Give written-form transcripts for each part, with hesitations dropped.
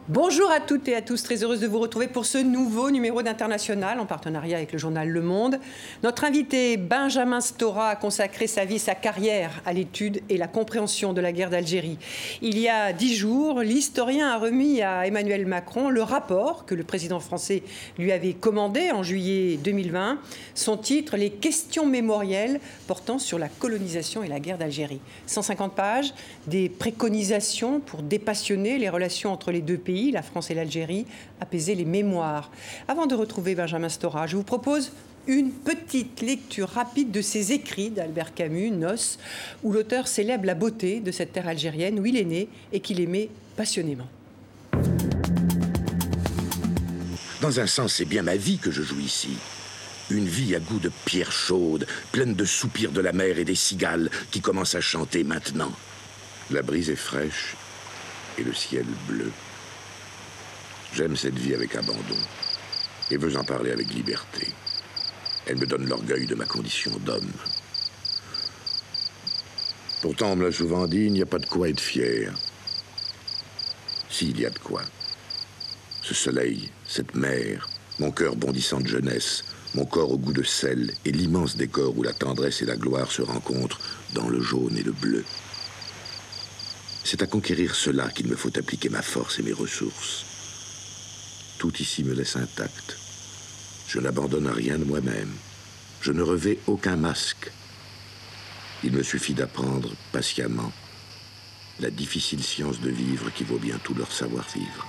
Bonjour à toutes et à tous, très heureuse de vous retrouver pour ce nouveau numéro d'International en partenariat avec le journal Le Monde. Notre invité Benjamin Stora a consacré sa vie, sa carrière à l'étude et la compréhension de la guerre d'Algérie. Il y a 10 jours, l'historien a remis à Emmanuel Macron le rapport que le président français lui avait commandé en juillet 2020. Son titre, Les questions mémorielles portant sur la colonisation et la guerre d'Algérie. 150 pages, des préconisations pour dépassionner les relations entre les deux pays, la France et l'Algérie, apaiser les mémoires. Avant de retrouver Benjamin Stora, je vous propose une petite lecture rapide de ses écrits d'Albert Camus, Noces, où l'auteur célèbre la beauté de cette terre algérienne où il est né et qu'il aimait passionnément. Dans un sens, c'est bien ma vie que je joue ici. Une vie à goût de pierre chaude, pleine de soupirs de la mer et des cigales qui commencent à chanter maintenant. La brise est fraîche et le ciel bleu. J'aime cette vie avec abandon et veux en parler avec liberté. Elle me donne l'orgueil de ma condition d'homme. Pourtant, on me l'a souvent dit, il n'y a pas de quoi être fier. S'il y a de quoi. Ce soleil, cette mer, mon cœur bondissant de jeunesse, mon corps au goût de sel et l'immense décor où la tendresse et la gloire se rencontrent dans le jaune et le bleu. C'est à conquérir cela qu'il me faut appliquer ma force et mes ressources. Tout ici me laisse intact. Je n'abandonne rien de moi-même. Je ne revêt aucun masque. Il me suffit d'apprendre patiemment la difficile science de vivre qui vaut bien tout leur savoir-vivre.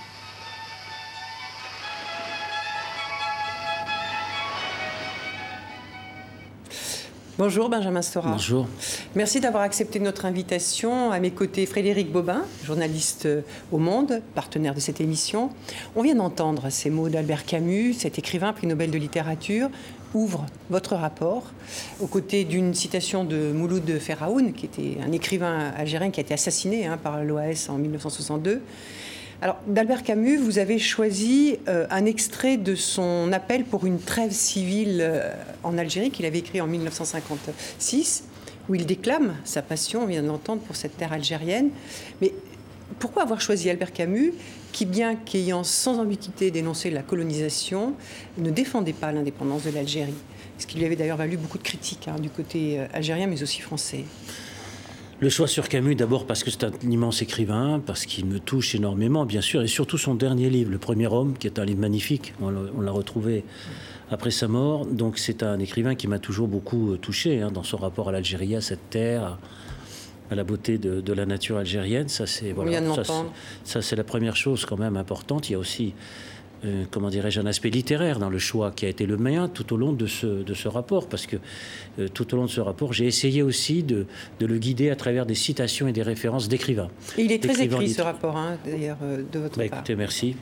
Bonjour Benjamin Stora. Bonjour. Merci d'avoir accepté notre invitation. À mes côtés, Frédéric Bobin, journaliste au Monde, partenaire de cette émission. On vient d'entendre ces mots d'Albert Camus, cet écrivain prix Nobel de littérature, ouvre votre rapport aux côtés d'une citation de Mouloud Ferraoun, qui était un écrivain algérien qui a été assassiné par l'OAS en 1962. Alors, d'Albert Camus, vous avez choisi un extrait de son appel pour une trêve civile en Algérie qu'il avait écrit en 1956, où il déclame sa passion, on vient de l'entendre, pour cette terre algérienne. Mais pourquoi avoir choisi Albert Camus, qui, bien qu'ayant sans ambiguïté dénoncé la colonisation, ne défendait pas l'indépendance de l'Algérie? Ce qui lui avait d'ailleurs valu beaucoup de critiques du côté algérien, mais aussi français. Le choix sur Camus, d'abord parce que c'est un immense écrivain, parce qu'il me touche énormément, bien sûr, et surtout son dernier livre, Le Premier Homme, qui est un livre magnifique. On l'a retrouvé après sa mort. Donc c'est un écrivain qui m'a toujours beaucoup touché dans son rapport à l'Algérie, à cette terre, à la beauté de la nature algérienne. Ça, c'est la première chose quand même importante. Il y a aussi un aspect littéraire dans le choix qui a été le mien tout au long de ce rapport, parce que tout au long de ce rapport, j'ai essayé aussi de le guider à travers des citations et des références d'écrivains. Et il est très écrit, ce rapport, d'ailleurs, de votre part. Écoutez, merci.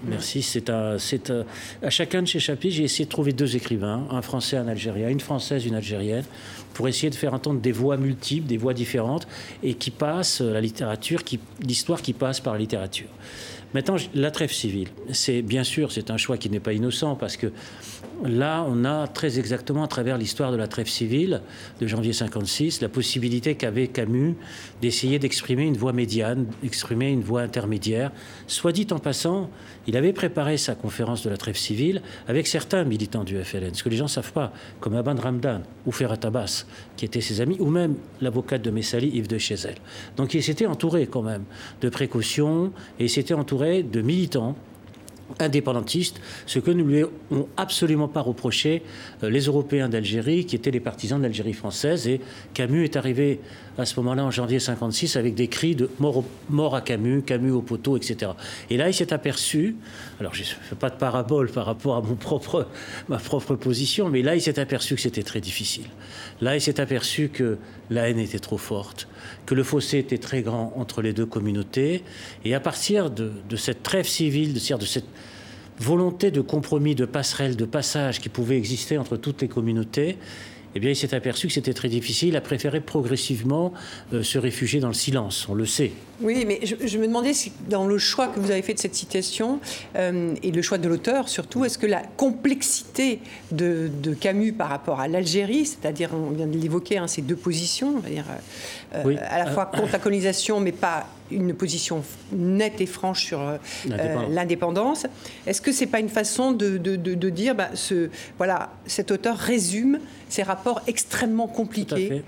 À chacun de ces chapitres, j'ai essayé de trouver deux écrivains, un Français, un Algérien, une Française, une Algérienne, pour essayer de faire entendre des voix multiples, des voix différentes, et qui passent l'histoire qui passe par la littérature. Maintenant, la trêve civile, c'est un choix qui n'est pas innocent, parce que là, on a très exactement, à travers l'histoire de la trêve civile de janvier 1956, la possibilité qu'avait Camus d'essayer d'exprimer une voix médiane, d'exprimer une voix intermédiaire. Soit dit en passant, il avait préparé sa conférence de la trêve civile avec certains militants du FLN, ce que les gens ne savent pas, comme Aban Ramdan ou Ferhat Abbas, qui étaient ses amis, ou même l'avocate de Messali, Yves de Chézel. Donc il s'était entouré quand même de précautions, et il s'était entouré de militants indépendantistes, ce que ne lui ont absolument pas reproché les Européens d'Algérie, qui étaient les partisans de l'Algérie française. Et Camus est arrivé à ce moment-là, en janvier 1956, avec des cris de mort à Camus, Camus au poteau, etc. Et là, il s'est aperçu, alors je ne fais pas de parabole par rapport à ma propre position, mais là, il s'est aperçu que c'était très difficile. Là, il s'est aperçu que la haine était trop forte, que le fossé était très grand entre les deux communautés. Et à partir de cette trêve civile, de cette volonté de compromis, de passerelle, de passage qui pouvait exister entre toutes les communautés, eh bien, il s'est aperçu que c'était très difficile. Il a préféré progressivement se réfugier dans le silence, on le sait. Oui, mais je me demandais si, dans le choix que vous avez fait de cette citation, et le choix de l'auteur surtout, est-ce que la complexité de Camus par rapport à l'Algérie, c'est-à-dire, on vient de l'évoquer, ces deux positions, c'est-à-dire, à la fois contre la colonisation, mais pas une position nette et franche sur l'indépendance. Est-ce que ce n'est pas une façon de dire, cet auteur résume ces rapports extrêmement compliqués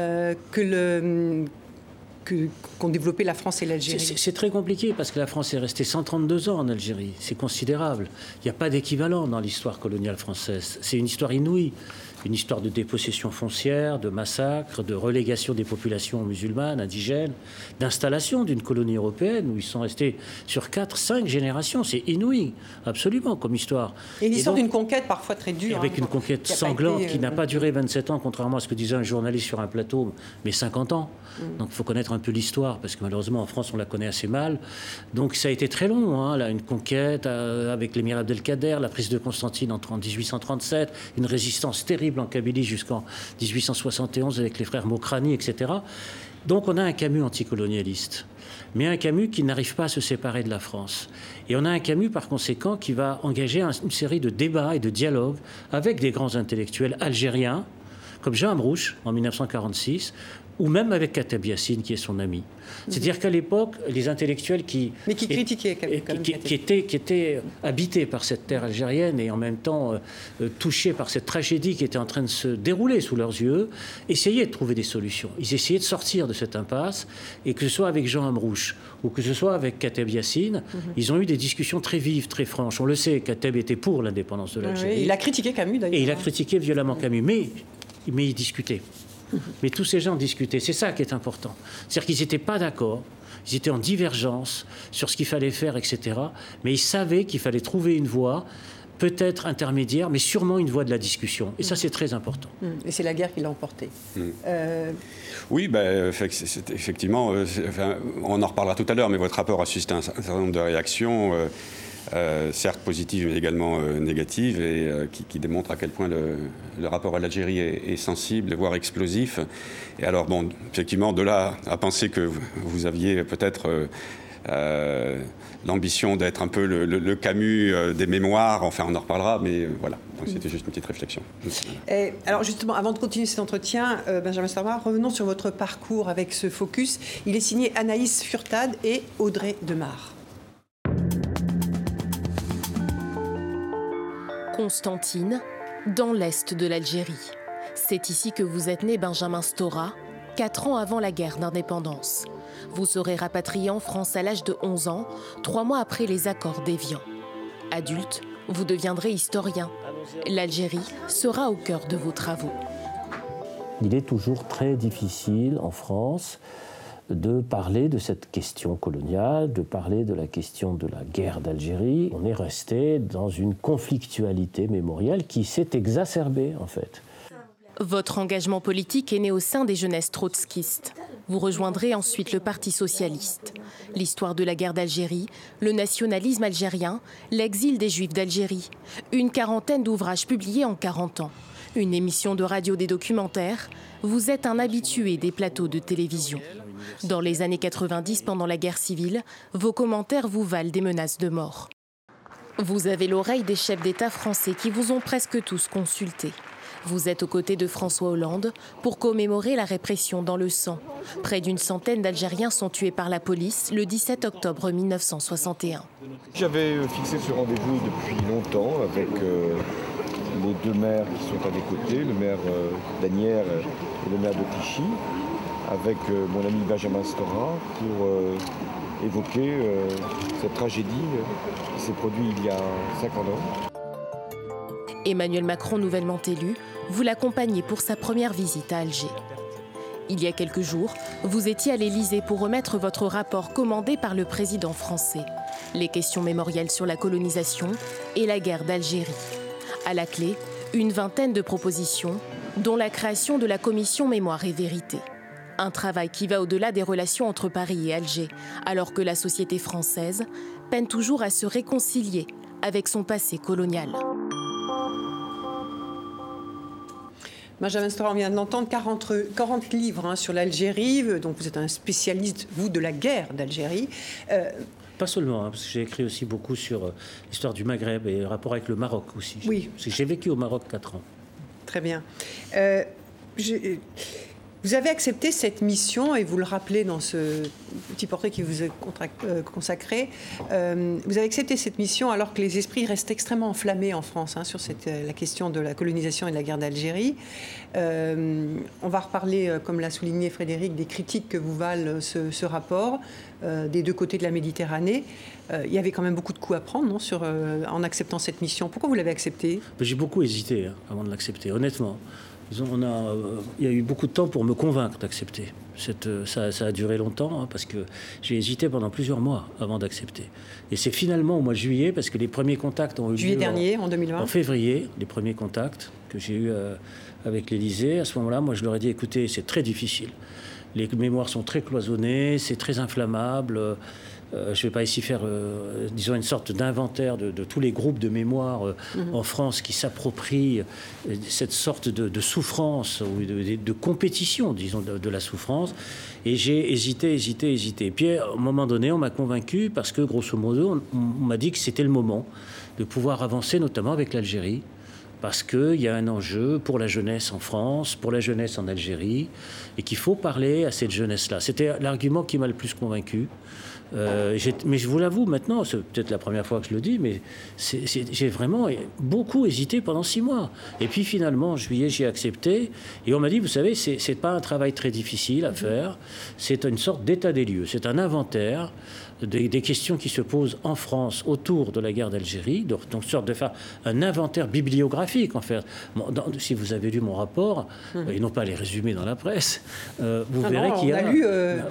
qu'ont développé la France et l'Algérie? C'est très compliqué parce que la France est restée 132 ans en Algérie. C'est considérable. Il n'y a pas d'équivalent dans l'histoire coloniale française. C'est une histoire inouïe. Une histoire de dépossession foncière, de massacres, de relégation des populations musulmanes, indigènes, d'installation d'une colonie européenne où ils sont restés sur 4-5 générations. C'est inouï, absolument, comme histoire. Et l'histoire d'une conquête parfois très dure. Avec une conquête sanglante qui n'a pas duré 27 ans, contrairement à ce que disait un journaliste sur un plateau, mais 50 ans. Donc il faut connaître un peu l'histoire, parce que malheureusement en France on la connaît assez mal. Donc ça a été très long, là, une conquête avec l'émir Abdelkader, la prise de Constantine en 1837, une résistance terrible en Kabylie jusqu'en 1871 avec les frères Mokrani, etc. Donc on a un Camus anticolonialiste, mais un Camus qui n'arrive pas à se séparer de la France. Et on a un Camus, par conséquent, qui va engager une série de débats et de dialogues avec des grands intellectuels algériens, comme Jean Amrouche en 1946, ou même avec Kateb Yassine, qui est son ami. C'est-à-dire qu'à l'époque, les intellectuels qui critiquaient qui étaient habités par cette terre algérienne et en même temps touchés par cette tragédie qui était en train de se dérouler sous leurs yeux, essayaient de trouver des solutions. Ils essayaient de sortir de cette impasse, et que ce soit avec Jean Amrouche ou que ce soit avec Kateb Yassine, ils ont eu des discussions très vives, très franches. On le sait, Kateb était pour l'indépendance de l'Algérie. Il a critiqué Camus, d'ailleurs. Et il a critiqué violemment Camus, mais il discutait. Mais tous ces gens discutaient. C'est ça qui est important. C'est-à-dire qu'ils n'étaient pas d'accord, ils étaient en divergence sur ce qu'il fallait faire, etc. Mais ils savaient qu'il fallait trouver une voie, peut-être intermédiaire, mais sûrement une voie de la discussion. Et ça, c'est très important. Et c'est la guerre qui l'a emporté. Oui, effectivement, on en reparlera tout à l'heure, mais votre rapport a suscité un certain nombre de réactions, certes positives, mais également négatives, et qui démontrent à quel point le rapport à l'Algérie est sensible, voire explosif. Et alors, bon, effectivement, de là à penser que vous aviez peut-être l'ambition d'être un peu le Camus des mémoires, enfin on en reparlera, mais voilà, donc c'était juste une petite réflexion. Et alors justement, avant de continuer cet entretien, Benjamin Stamar, revenons sur votre parcours avec ce focus. Il est signé Anaïs Furtad et Audrey Demare. Constantine, dans l'est de l'Algérie. C'est ici que vous êtes né, Benjamin Stora, 4 ans avant la guerre d'indépendance. Vous serez rapatrié en France à l'âge de 11 ans, 3 mois après les accords d'Évian. Adulte, vous deviendrez historien. L'Algérie sera au cœur de vos travaux. Il est toujours très difficile en France de parler de cette question coloniale, de parler de la question de la guerre d'Algérie. On est resté dans une conflictualité mémorielle qui s'est exacerbée, en fait. Votre engagement politique est né au sein des jeunesses trotskistes. Vous rejoindrez ensuite le Parti socialiste. L'histoire de la guerre d'Algérie, le nationalisme algérien, l'exil des Juifs d'Algérie. Une quarantaine d'ouvrages publiés en 40 ans. Une émission de radio, des documentaires. Vous êtes un habitué des plateaux de télévision. Dans les années 90, pendant la guerre civile, vos commentaires vous valent des menaces de mort. Vous avez l'oreille des chefs d'État français qui vous ont presque tous consulté. Vous êtes aux côtés de François Hollande pour commémorer la répression dans le sang. Près d'une centaine d'Algériens sont tués par la police le 17 octobre 1961. J'avais fixé ce rendez-vous depuis longtemps avec les deux maires qui sont à mes côtés, le maire d'Asnières et le maire de Clichy, avec mon ami Benjamin Stora pour évoquer cette tragédie qui s'est produite il y a 50 ans. Emmanuel Macron, nouvellement élu, vous l'accompagnez pour sa première visite à Alger. Il y a quelques jours, vous étiez à l'Élysée pour remettre votre rapport commandé par le président français. Les questions mémorielles sur la colonisation et la guerre d'Algérie. À la clé, une vingtaine de propositions, dont la création de la commission Mémoire et Vérité. Un travail qui va au-delà des relations entre Paris et Alger, alors que la société française peine toujours à se réconcilier avec son passé colonial. Benjamin Stora, on vient de l'entendre, 40 livres sur l'Algérie, donc vous êtes un spécialiste, vous, de la guerre d'Algérie. Pas seulement, parce que j'ai écrit aussi beaucoup sur l'histoire du Maghreb et le rapport avec le Maroc aussi. Oui. Parce que j'ai vécu au Maroc 4 ans. Très bien. Vous avez accepté cette mission, et vous le rappelez dans ce petit portrait qui vous est consacré, vous avez accepté cette mission alors que les esprits restent extrêmement enflammés en France sur la question de la colonisation et de la guerre d'Algérie. On va reparler, comme l'a souligné Frédéric, des critiques que vous valent ce rapport des deux côtés de la Méditerranée. Il y avait quand même beaucoup de coups à prendre en acceptant cette mission. Pourquoi vous l'avez acceptée ? J'ai beaucoup hésité avant de l'accepter, honnêtement. Il y a eu beaucoup de temps pour me convaincre d'accepter. Ça a duré longtemps parce que j'ai hésité pendant plusieurs mois avant d'accepter. Et c'est finalement au mois de juillet, parce que les premiers contacts ont eu lieu juillet dernier, en 2020. En février, les premiers contacts que j'ai eus avec l'Élysée. À ce moment-là, moi, je leur ai dit, écoutez, c'est très difficile. Les mémoires sont très cloisonnées, c'est très inflammable. Je ne vais pas ici faire, disons, une sorte d'inventaire de tous les groupes de mémoire en France qui s'approprient cette sorte de souffrance ou de compétition, disons, de la souffrance. Et j'ai hésité. Et puis, à un moment donné, on m'a convaincu parce que, grosso modo, on m'a dit que c'était le moment de pouvoir avancer, notamment avec l'Algérie. Parce qu'il y a un enjeu pour la jeunesse en France, pour la jeunesse en Algérie, et qu'il faut parler à cette jeunesse-là. C'était l'argument qui m'a le plus convaincu. Mais je vous l'avoue maintenant, c'est peut-être la première fois que je le dis, mais j'ai vraiment beaucoup hésité pendant 6 mois. Et puis finalement, en juillet, j'ai accepté. Et on m'a dit, vous savez, c'est pas un travail très difficile à faire. C'est une sorte d'état des lieux. C'est un inventaire des questions qui se posent en France autour de la guerre d'Algérie. Donc, une sorte de faire un inventaire bibliographique, en fait. Si vous avez lu mon rapport, et non pas les résumés dans la presse, vous verrez qu'il y a... On a lu,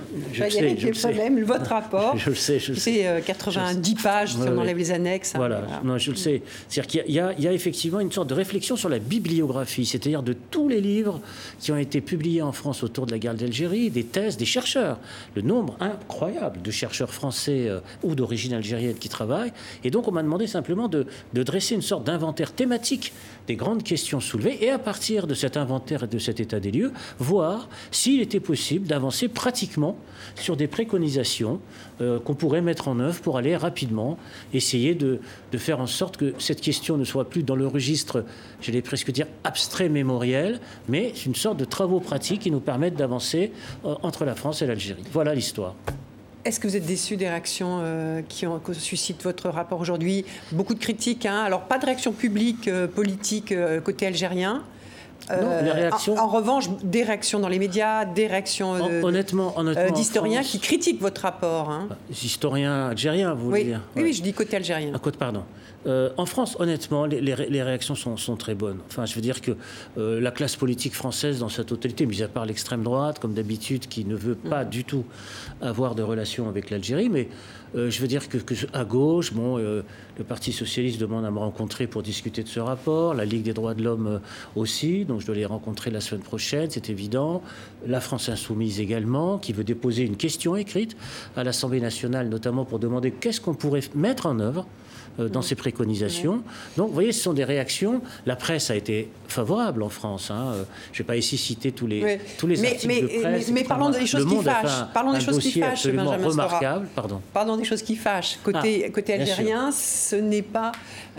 votre rapport. Je le sais. C'est 90 pages, si on enlève les annexes. Voilà, non, je le sais. C'est-à-dire qu'il y a effectivement une sorte de réflexion sur la bibliographie, c'est-à-dire de tous les livres qui ont été publiés en France autour de la guerre d'Algérie, des thèses, des chercheurs. Le nombre incroyable de chercheurs français ou d'origine algérienne qui travaillent. Et donc, on m'a demandé simplement de dresser une sorte d'inventaire thématique des grandes questions soulevées et à partir de cet inventaire et de cet état des lieux, voir s'il était possible d'avancer pratiquement sur des préconisations qu'on pourrait mettre en œuvre pour aller rapidement essayer de faire en sorte que cette question ne soit plus dans le registre, j'allais presque dire, abstrait mémoriel, mais une sorte de travaux pratiques qui nous permettent d'avancer entre la France et l'Algérie. Voilà l'histoire. Est-ce que vous êtes déçu des réactions que suscite votre rapport aujourd'hui ? Beaucoup de critiques, alors pas de réaction publique, politique côté algérien. Non, les réactions... En revanche, des réactions dans les médias, des réactions honnêtement, d'historiens France... qui critiquent votre rapport. Les historiens algériens, vous voulez dire ? Oui, je dis côté algérien. Pardon. En France, honnêtement, les réactions sont très bonnes. Enfin, je veux dire que la classe politique française, dans sa totalité, mis à part l'extrême droite, comme d'habitude, qui ne veut pas du tout avoir de relation avec l'Algérie, mais je veux dire que à gauche, le Parti socialiste demande à me rencontrer pour discuter de ce rapport, la Ligue des droits de l'homme aussi, donc je dois les rencontrer la semaine prochaine, c'est évident. La France insoumise également, qui veut déposer une question écrite à l'Assemblée nationale, notamment pour demander qu'est-ce qu'on pourrait mettre en œuvre dans ces préconisations. Donc, vous voyez, ce sont des réactions. La presse a été favorable en France. Je ne vais pas ici citer tous les articles de presse. Mais parlons des choses qui fâchent. Parlons des choses qui fâchent, Benjamin remarquable. Parlons des choses qui fâchent. Côté algérien, ce n'est pas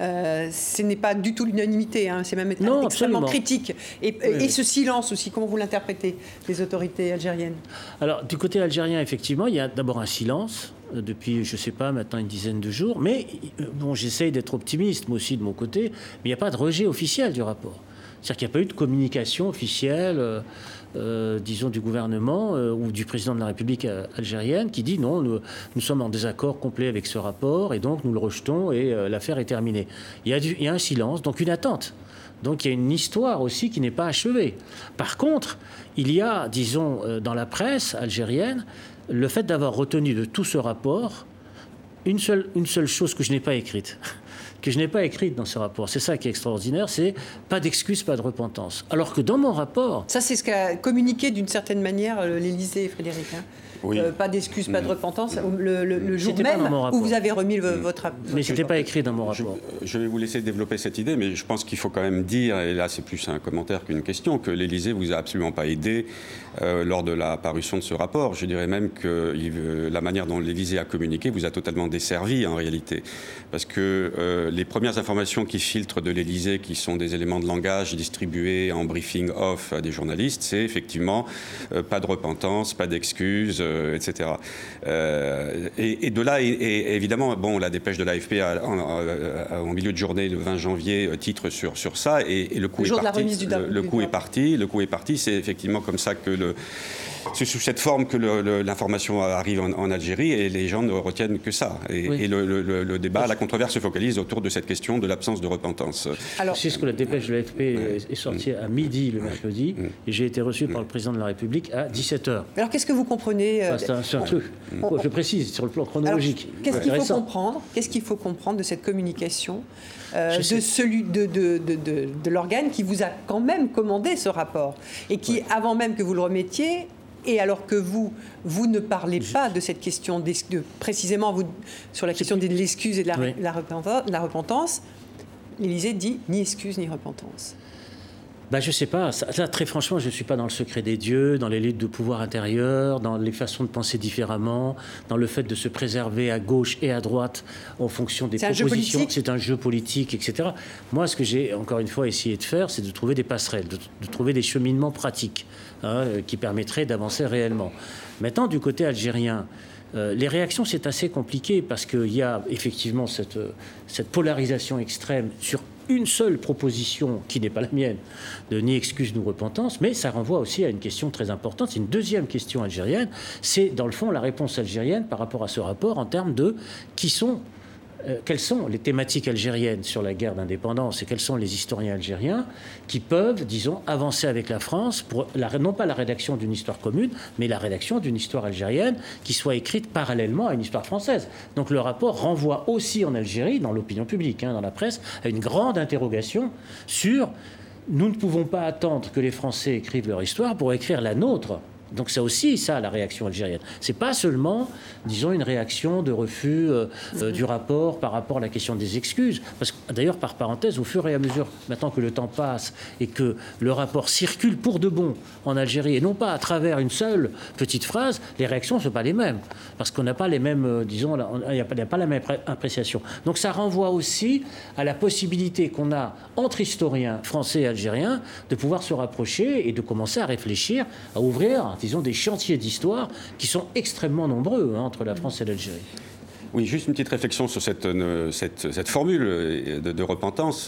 du tout l'unanimité. C'est même extrêmement critique. Et ce silence aussi, comment vous l'interprétez, les autorités algériennes ? Alors, du côté algérien, effectivement, il y a d'abord un silence depuis, je ne sais pas, maintenant une dizaine de jours. Mais j'essaye d'être optimiste, moi aussi, de mon côté. Mais il n'y a pas de rejet officiel du rapport. C'est-à-dire qu'il n'y a pas eu de communication officielle, disons, du gouvernement ou du président de la République algérienne qui dit non, nous sommes en désaccord complet avec ce rapport et donc nous le rejetons et l'affaire est terminée. Il y a un silence, donc une attente. Donc il y a une histoire aussi qui n'est pas achevée. Par contre, il y a, disons, dans la presse algérienne, le fait d'avoir retenu de tout ce rapport une seule chose que je n'ai pas écrite. Que je n'ai pas écrite dans ce rapport. C'est ça qui est extraordinaire, c'est pas d'excuses, pas de repentance. Alors que dans mon rapport... Ça, c'est ce qu'a communiqué d'une certaine manière l'Élysée, Frédéric. Oui. Pas d'excuses, pas de repentance, le jour même où vous avez remis votre rapport. Mais ce n'était pas écrit dans mon rapport. Je vais vous laisser développer cette idée, mais je pense qu'il faut quand même dire, et là c'est plus un commentaire qu'une question, que l'Élysée vous a absolument pas aidé lors de la parution de ce rapport. Je dirais même que la manière dont l'Élysée a communiqué vous a totalement desservi en réalité. Parce que les premières informations qui filtrent de l'Élysée, qui sont des éléments de langage distribués en briefing off à des journalistes, c'est effectivement pas de repentance, pas d'excuses, etc. Et de là, évidemment, bon, la dépêche de l'AFP en milieu de journée, le 20 janvier, titre sur ça, et le coup est parti. Le coup est parti. C'est effectivement comme ça que c'est sous cette forme que l'information arrive en Algérie, et les gens ne retiennent que ça. Et le débat, la controverse se focalise autour de cette question de l'absence de repentance. Alors, c'est ce que la dépêche de l'AFP est sortie à midi le mercredi, et j'ai été reçu par le président de la République à 17h. Alors qu'est-ce que vous comprenez c'est un truc, je précise, sur le plan chronologique. Alors, qu'est-ce qu'il faut comprendre de cette communication de l'organe qui vous a quand même commandé ce rapport, et qui, avant même que vous le remettiez, et alors que vous ne parlez pas de cette question, précisément sur la question de l'excuse et de la repentance, l'Élysée dit ni excuse ni repentance. Je ne sais pas. Là, très franchement, je ne suis pas dans le secret des dieux, dans les luttes de pouvoir intérieur, dans les façons de penser différemment, dans le fait de se préserver à gauche et à droite en fonction des propositions. C'est un jeu politique, etc. Moi, ce que j'ai, encore une fois, essayé de faire, c'est de trouver des passerelles, de trouver des cheminements pratiques qui permettraient d'avancer réellement. Maintenant, du côté algérien, les réactions, c'est assez compliqué parce qu'il y a effectivement cette polarisation extrême sur une seule proposition qui n'est pas la mienne, de ni excuse ni repentance, mais ça renvoie aussi à une question très importante. C'est une deuxième question algérienne. C'est, dans le fond, la réponse algérienne par rapport à ce rapport en termes de quelles sont les thématiques algériennes sur la guerre d'indépendance et quels sont les historiens algériens qui peuvent, disons, avancer avec la France pour non pas la rédaction d'une histoire commune, mais la rédaction d'une histoire algérienne qui soit écrite parallèlement à une histoire française. Donc le rapport renvoie aussi en Algérie, dans l'opinion publique, dans la presse, à une grande interrogation sur « nous ne pouvons pas attendre que les Français écrivent leur histoire pour écrire la nôtre ». Donc c'est aussi ça, la réaction algérienne. C'est pas seulement, disons, une réaction de refus du rapport par rapport à la question des excuses. Parce que, d'ailleurs, par parenthèse, au fur et à mesure, maintenant que le temps passe et que le rapport circule pour de bon en Algérie, et non pas à travers une seule petite phrase, les réactions ne sont pas les mêmes. Parce qu'on n'a pas les mêmes, disons, il n'y a pas la même appréciation. Donc ça renvoie aussi à la possibilité qu'on a, entre historiens français et algériens, de pouvoir se rapprocher et de commencer à réfléchir, à ouvrir, disons, des chantiers d'histoire qui sont extrêmement nombreux entre la France et l'Algérie. Oui, juste une petite réflexion sur cette formule de repentance.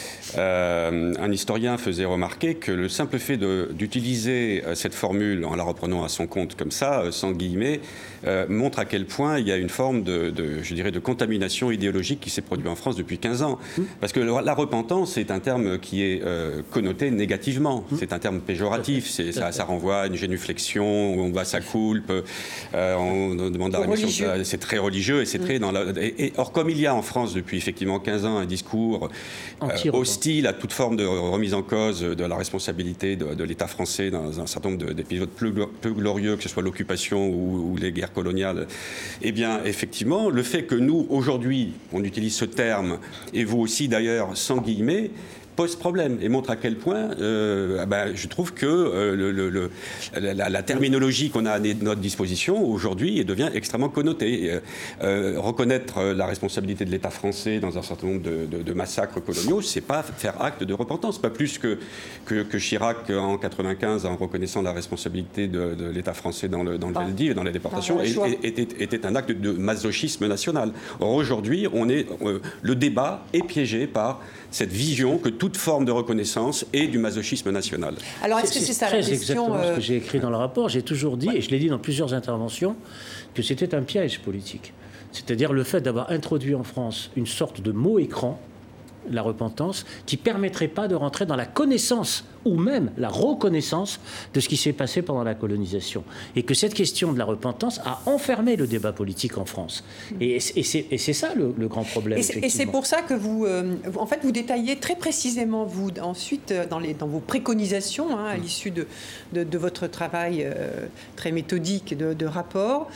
Un historien faisait remarquer que le simple fait d'utiliser cette formule en la reprenant à son compte comme ça, sans guillemets, montre à quel point il y a une forme de contamination idéologique qui s'est produite en France depuis 15 ans. Parce que la repentance est un terme qui est connoté négativement. C'est un terme péjoratif. Ça renvoie à une génuflexion, on bat sa coulpe, on demande la rémission. C'est très religieux. Or, comme il y a en France depuis effectivement 15 ans un discours hostile à toute forme de remise en cause de la responsabilité de l'État français dans un certain nombre d'épisodes plus glorieux, que ce soit l'occupation ou les guerres coloniales, eh bien, effectivement, le fait que nous, aujourd'hui, on utilise ce terme, et vous aussi d'ailleurs, sans guillemets, pose problème et montre à quel point je trouve que la terminologie qu'on a à notre disposition aujourd'hui devient extrêmement connotée. Reconnaître la responsabilité de l'État français dans un certain nombre de massacres coloniaux, c'est pas faire acte de repentance, pas plus que Chirac en 95 en reconnaissant la responsabilité de l'État français dans le Veldiv et dans les déportations était un acte de masochisme national. Or aujourd'hui, le débat est piégé par cette vision que toute forme de reconnaissance est du masochisme national. Alors, est-ce que c'est ça la question ? C'est exactement ce que j'ai écrit dans le rapport. J'ai toujours dit, et je l'ai dit dans plusieurs interventions, que c'était un piège politique. C'est-à-dire le fait d'avoir introduit en France une sorte de mot écran, la repentance, qui ne permettrait pas de rentrer dans la connaissance ou même la reconnaissance de ce qui s'est passé pendant la colonisation. Et que cette question de la repentance a enfermé le débat politique en France. Et c'est ça le grand problème. Et c'est pour ça que vous détaillez très précisément, vous, ensuite, dans vos préconisations, à l'issue de votre travail très méthodique de rapport,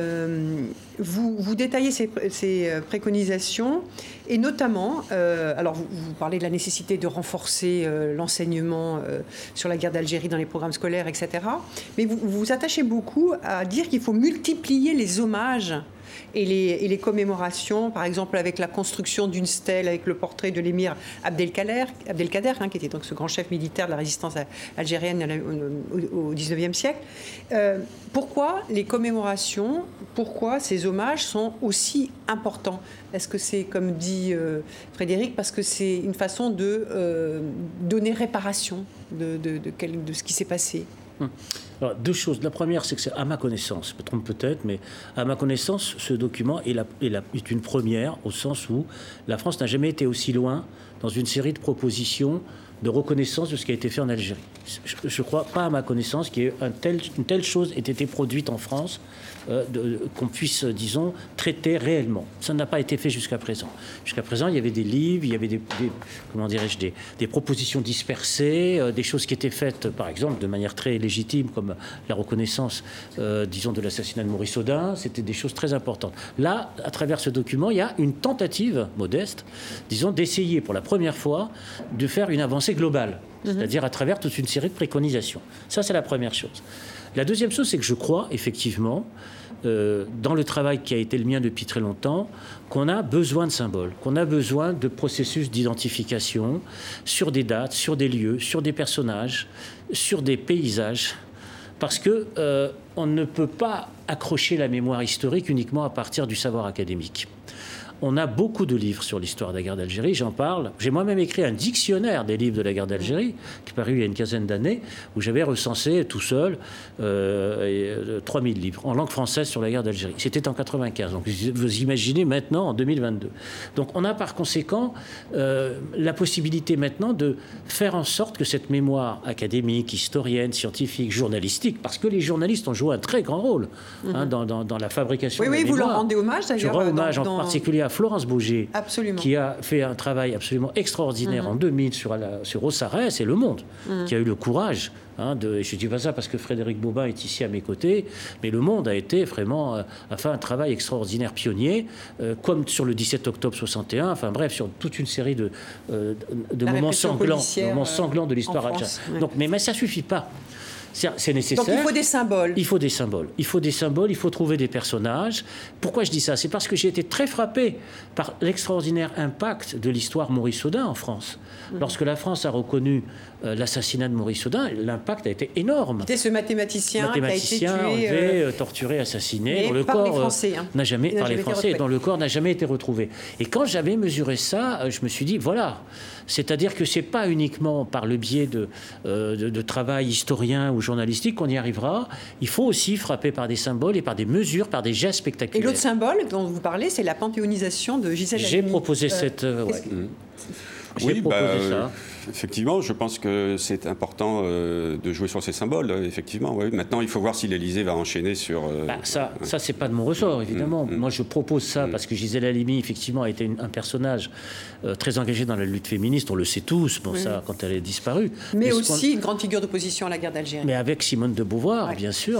vous détaillez ces préconisations, et notamment, alors vous parlez de la nécessité de renforcer l'enseignement sur la guerre d'Algérie dans les programmes scolaires, etc. Mais vous vous attachez beaucoup à dire qu'il faut multiplier les hommages et les commémorations, par exemple avec la construction d'une stèle avec le portrait de l'émir Abdelkader, qui était donc ce grand chef militaire de la résistance algérienne au XIXe siècle. Pourquoi les commémorations, pourquoi ces hommages sont aussi importants? Est-ce que c'est, comme dit Frédéric, parce que c'est une façon de donner réparation de ce qui s'est passé? Alors, deux choses. La première, c'est que, à ma connaissance, je me trompe peut-être, mais à ma connaissance, ce document est une première, au sens où la France n'a jamais été aussi loin dans une série de propositions de reconnaissance de ce qui a été fait en Algérie. Je ne crois pas, à ma connaissance, qu'une telle chose ait été produite en France, qu'on puisse, disons, traiter réellement. Ça n'a pas été fait jusqu'à présent. Jusqu'à présent, il y avait des livres, il y avait des propositions dispersées, des choses qui étaient faites, par exemple, de manière très légitime, comme la reconnaissance, disons, de l'assassinat de Maurice Audin. C'était des choses très importantes. Là, à travers ce document, il y a une tentative modeste, disons, d'essayer pour la première fois de faire une avancée globale, c'est-à-dire à travers toute une série de préconisations. Ça, c'est la première chose. La deuxième chose, c'est que je crois, effectivement, dans le travail qui a été le mien depuis très longtemps, qu'on a besoin de symboles, qu'on a besoin de processus d'identification sur des dates, sur des lieux, sur des personnages, sur des paysages, parce que on ne peut pas accrocher la mémoire historique uniquement à partir du savoir académique. On a beaucoup de livres sur l'histoire de la guerre d'Algérie, j'en parle. J'ai moi-même écrit un dictionnaire des livres de la guerre d'Algérie, qui est paru il y a une quinzaine d'années, où j'avais recensé tout seul 3000 livres en langue française sur la guerre d'Algérie. C'était en 1995, donc vous imaginez maintenant en 2022. Donc on a par conséquent la possibilité maintenant de faire en sorte que cette mémoire académique, historienne, scientifique, journalistique, parce que les journalistes ont joué un très grand rôle dans la fabrication de la mémoire. Oui, vous leur rendez hommage d'ailleurs. Je rends hommage en particulier à Florence Bouger, qui a fait un travail absolument extraordinaire en 2000 sur Ossarès et Le Monde, qui a eu le courage, et je ne dis pas ça parce que Frédéric Bobin est ici à mes côtés, mais Le Monde a été vraiment, a fait un travail extraordinaire pionnier, comme sur le 17 octobre 61, enfin bref, sur toute une série de moments sanglants de l'histoire algérienne. Donc, mais ça ne suffit pas. C'est nécessaire. Donc il faut des symboles. Il faut des symboles. Il faut des symboles, il faut trouver des personnages. Pourquoi je dis ça? C'est parce que j'ai été très frappé par l'extraordinaire impact de l'histoire Maurice Audin en France. Lorsque la France a reconnu l'assassinat de Maurice Audin, l'impact a été énorme. C'était ce mathématicien qui a été tué, enlevé, torturé, assassiné, dont le par corps les Français, n'a jamais par les Français, et dont le corps n'a jamais été retrouvé. Et quand j'avais mesuré ça, je me suis dit voilà. C'est-à-dire que ce n'est pas uniquement par le biais de travail historien ou journalistique qu'on y arrivera. Il faut aussi frapper par des symboles et par des mesures, par des gestes spectaculaires. Et l'autre symbole dont vous parlez, c'est la panthéonisation de Gisèle Halimi. J'ai proposé cette... Oui, effectivement, je pense que c'est important de jouer sur ces symboles, effectivement. Oui. Maintenant, il faut voir si l'Élysée va enchaîner sur... Ça, c'est pas de mon ressort, évidemment. Moi, je propose ça parce que Gisèle Halimi, effectivement, a été un personnage très engagé dans la lutte féministe. On le sait tous, ça, quand elle est disparue. Mais aussi une grande figure d'opposition à la guerre d'Algérie. Mais avec Simone de Beauvoir, bien sûr.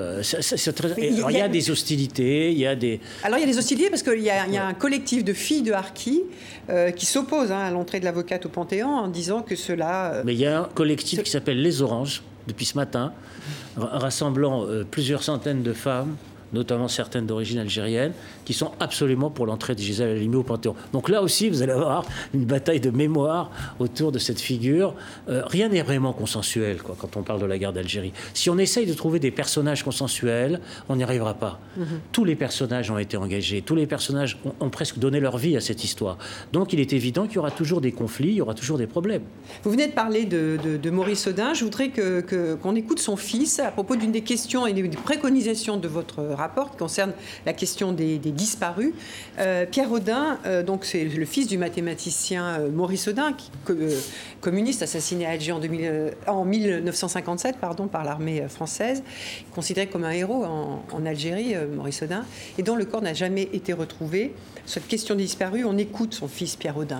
Il y a des hostilités, il y a des... Alors, il y a des hostilités parce qu'il y a un collectif de filles de Harki qui s'oppose à l'entrée de l'avocate au Panthéon en disant que cela... Mais il y a un collectif qui s'appelle Les Oranges, depuis ce matin, rassemblant plusieurs centaines de femmes, notamment certaines d'origine algérienne, qui sont absolument pour l'entrée de Gisèle Halimi au Panthéon. Donc là aussi, vous allez avoir une bataille de mémoire autour de cette figure. Rien n'est vraiment consensuel quand on parle de la guerre d'Algérie. Si on essaye de trouver des personnages consensuels, on n'y arrivera pas. Tous les personnages ont été engagés, tous les personnages ont presque donné leur vie à cette histoire. Donc il est évident qu'il y aura toujours des conflits, il y aura toujours des problèmes. Vous venez de parler de Maurice Audin. Je voudrais qu'on écoute son fils à propos d'une des questions et des préconisations de votre rapport qui concerne la question des disparus. Pierre Audin, donc c'est le fils du mathématicien Maurice Audin, communiste assassiné à Alger en 1957 par l'armée française, considéré comme un héros en Algérie, Maurice Audin, et dont le corps n'a jamais été retrouvé. Cette question des disparus, on écoute son fils Pierre Audin.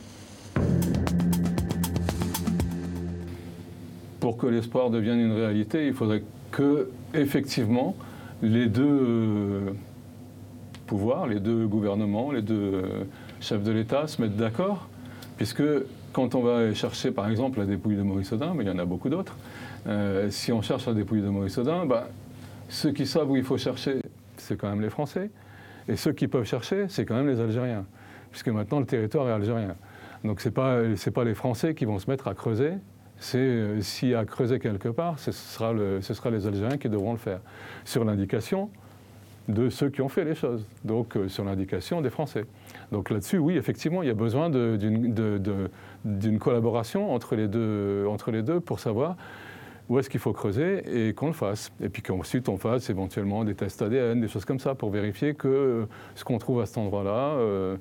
Pour que l'espoir devienne une réalité, il faudrait que, effectivement, les deux pouvoirs, les deux gouvernements, les deux chefs de l'État se mettent d'accord, puisque quand on va chercher par exemple la dépouille de Maurice Audin, mais il y en a beaucoup d'autres, si on cherche la dépouille de Maurice Audin, ceux qui savent où il faut chercher, c'est quand même les Français. Et ceux qui peuvent chercher, c'est quand même les Algériens, puisque maintenant le territoire est algérien. Donc ce n'est pas les Français qui vont se mettre à creuser. S'il y a à creuser quelque part, ce sera les Algériens qui devront le faire, sur l'indication de ceux qui ont fait les choses, donc sur l'indication des Français. Donc là-dessus, oui, effectivement, il y a besoin d'une collaboration entre les deux pour savoir où est-ce qu'il faut creuser et qu'on le fasse. Et puis qu'ensuite on fasse éventuellement des tests ADN, des choses comme ça, pour vérifier que ce qu'on trouve à cet endroit-là,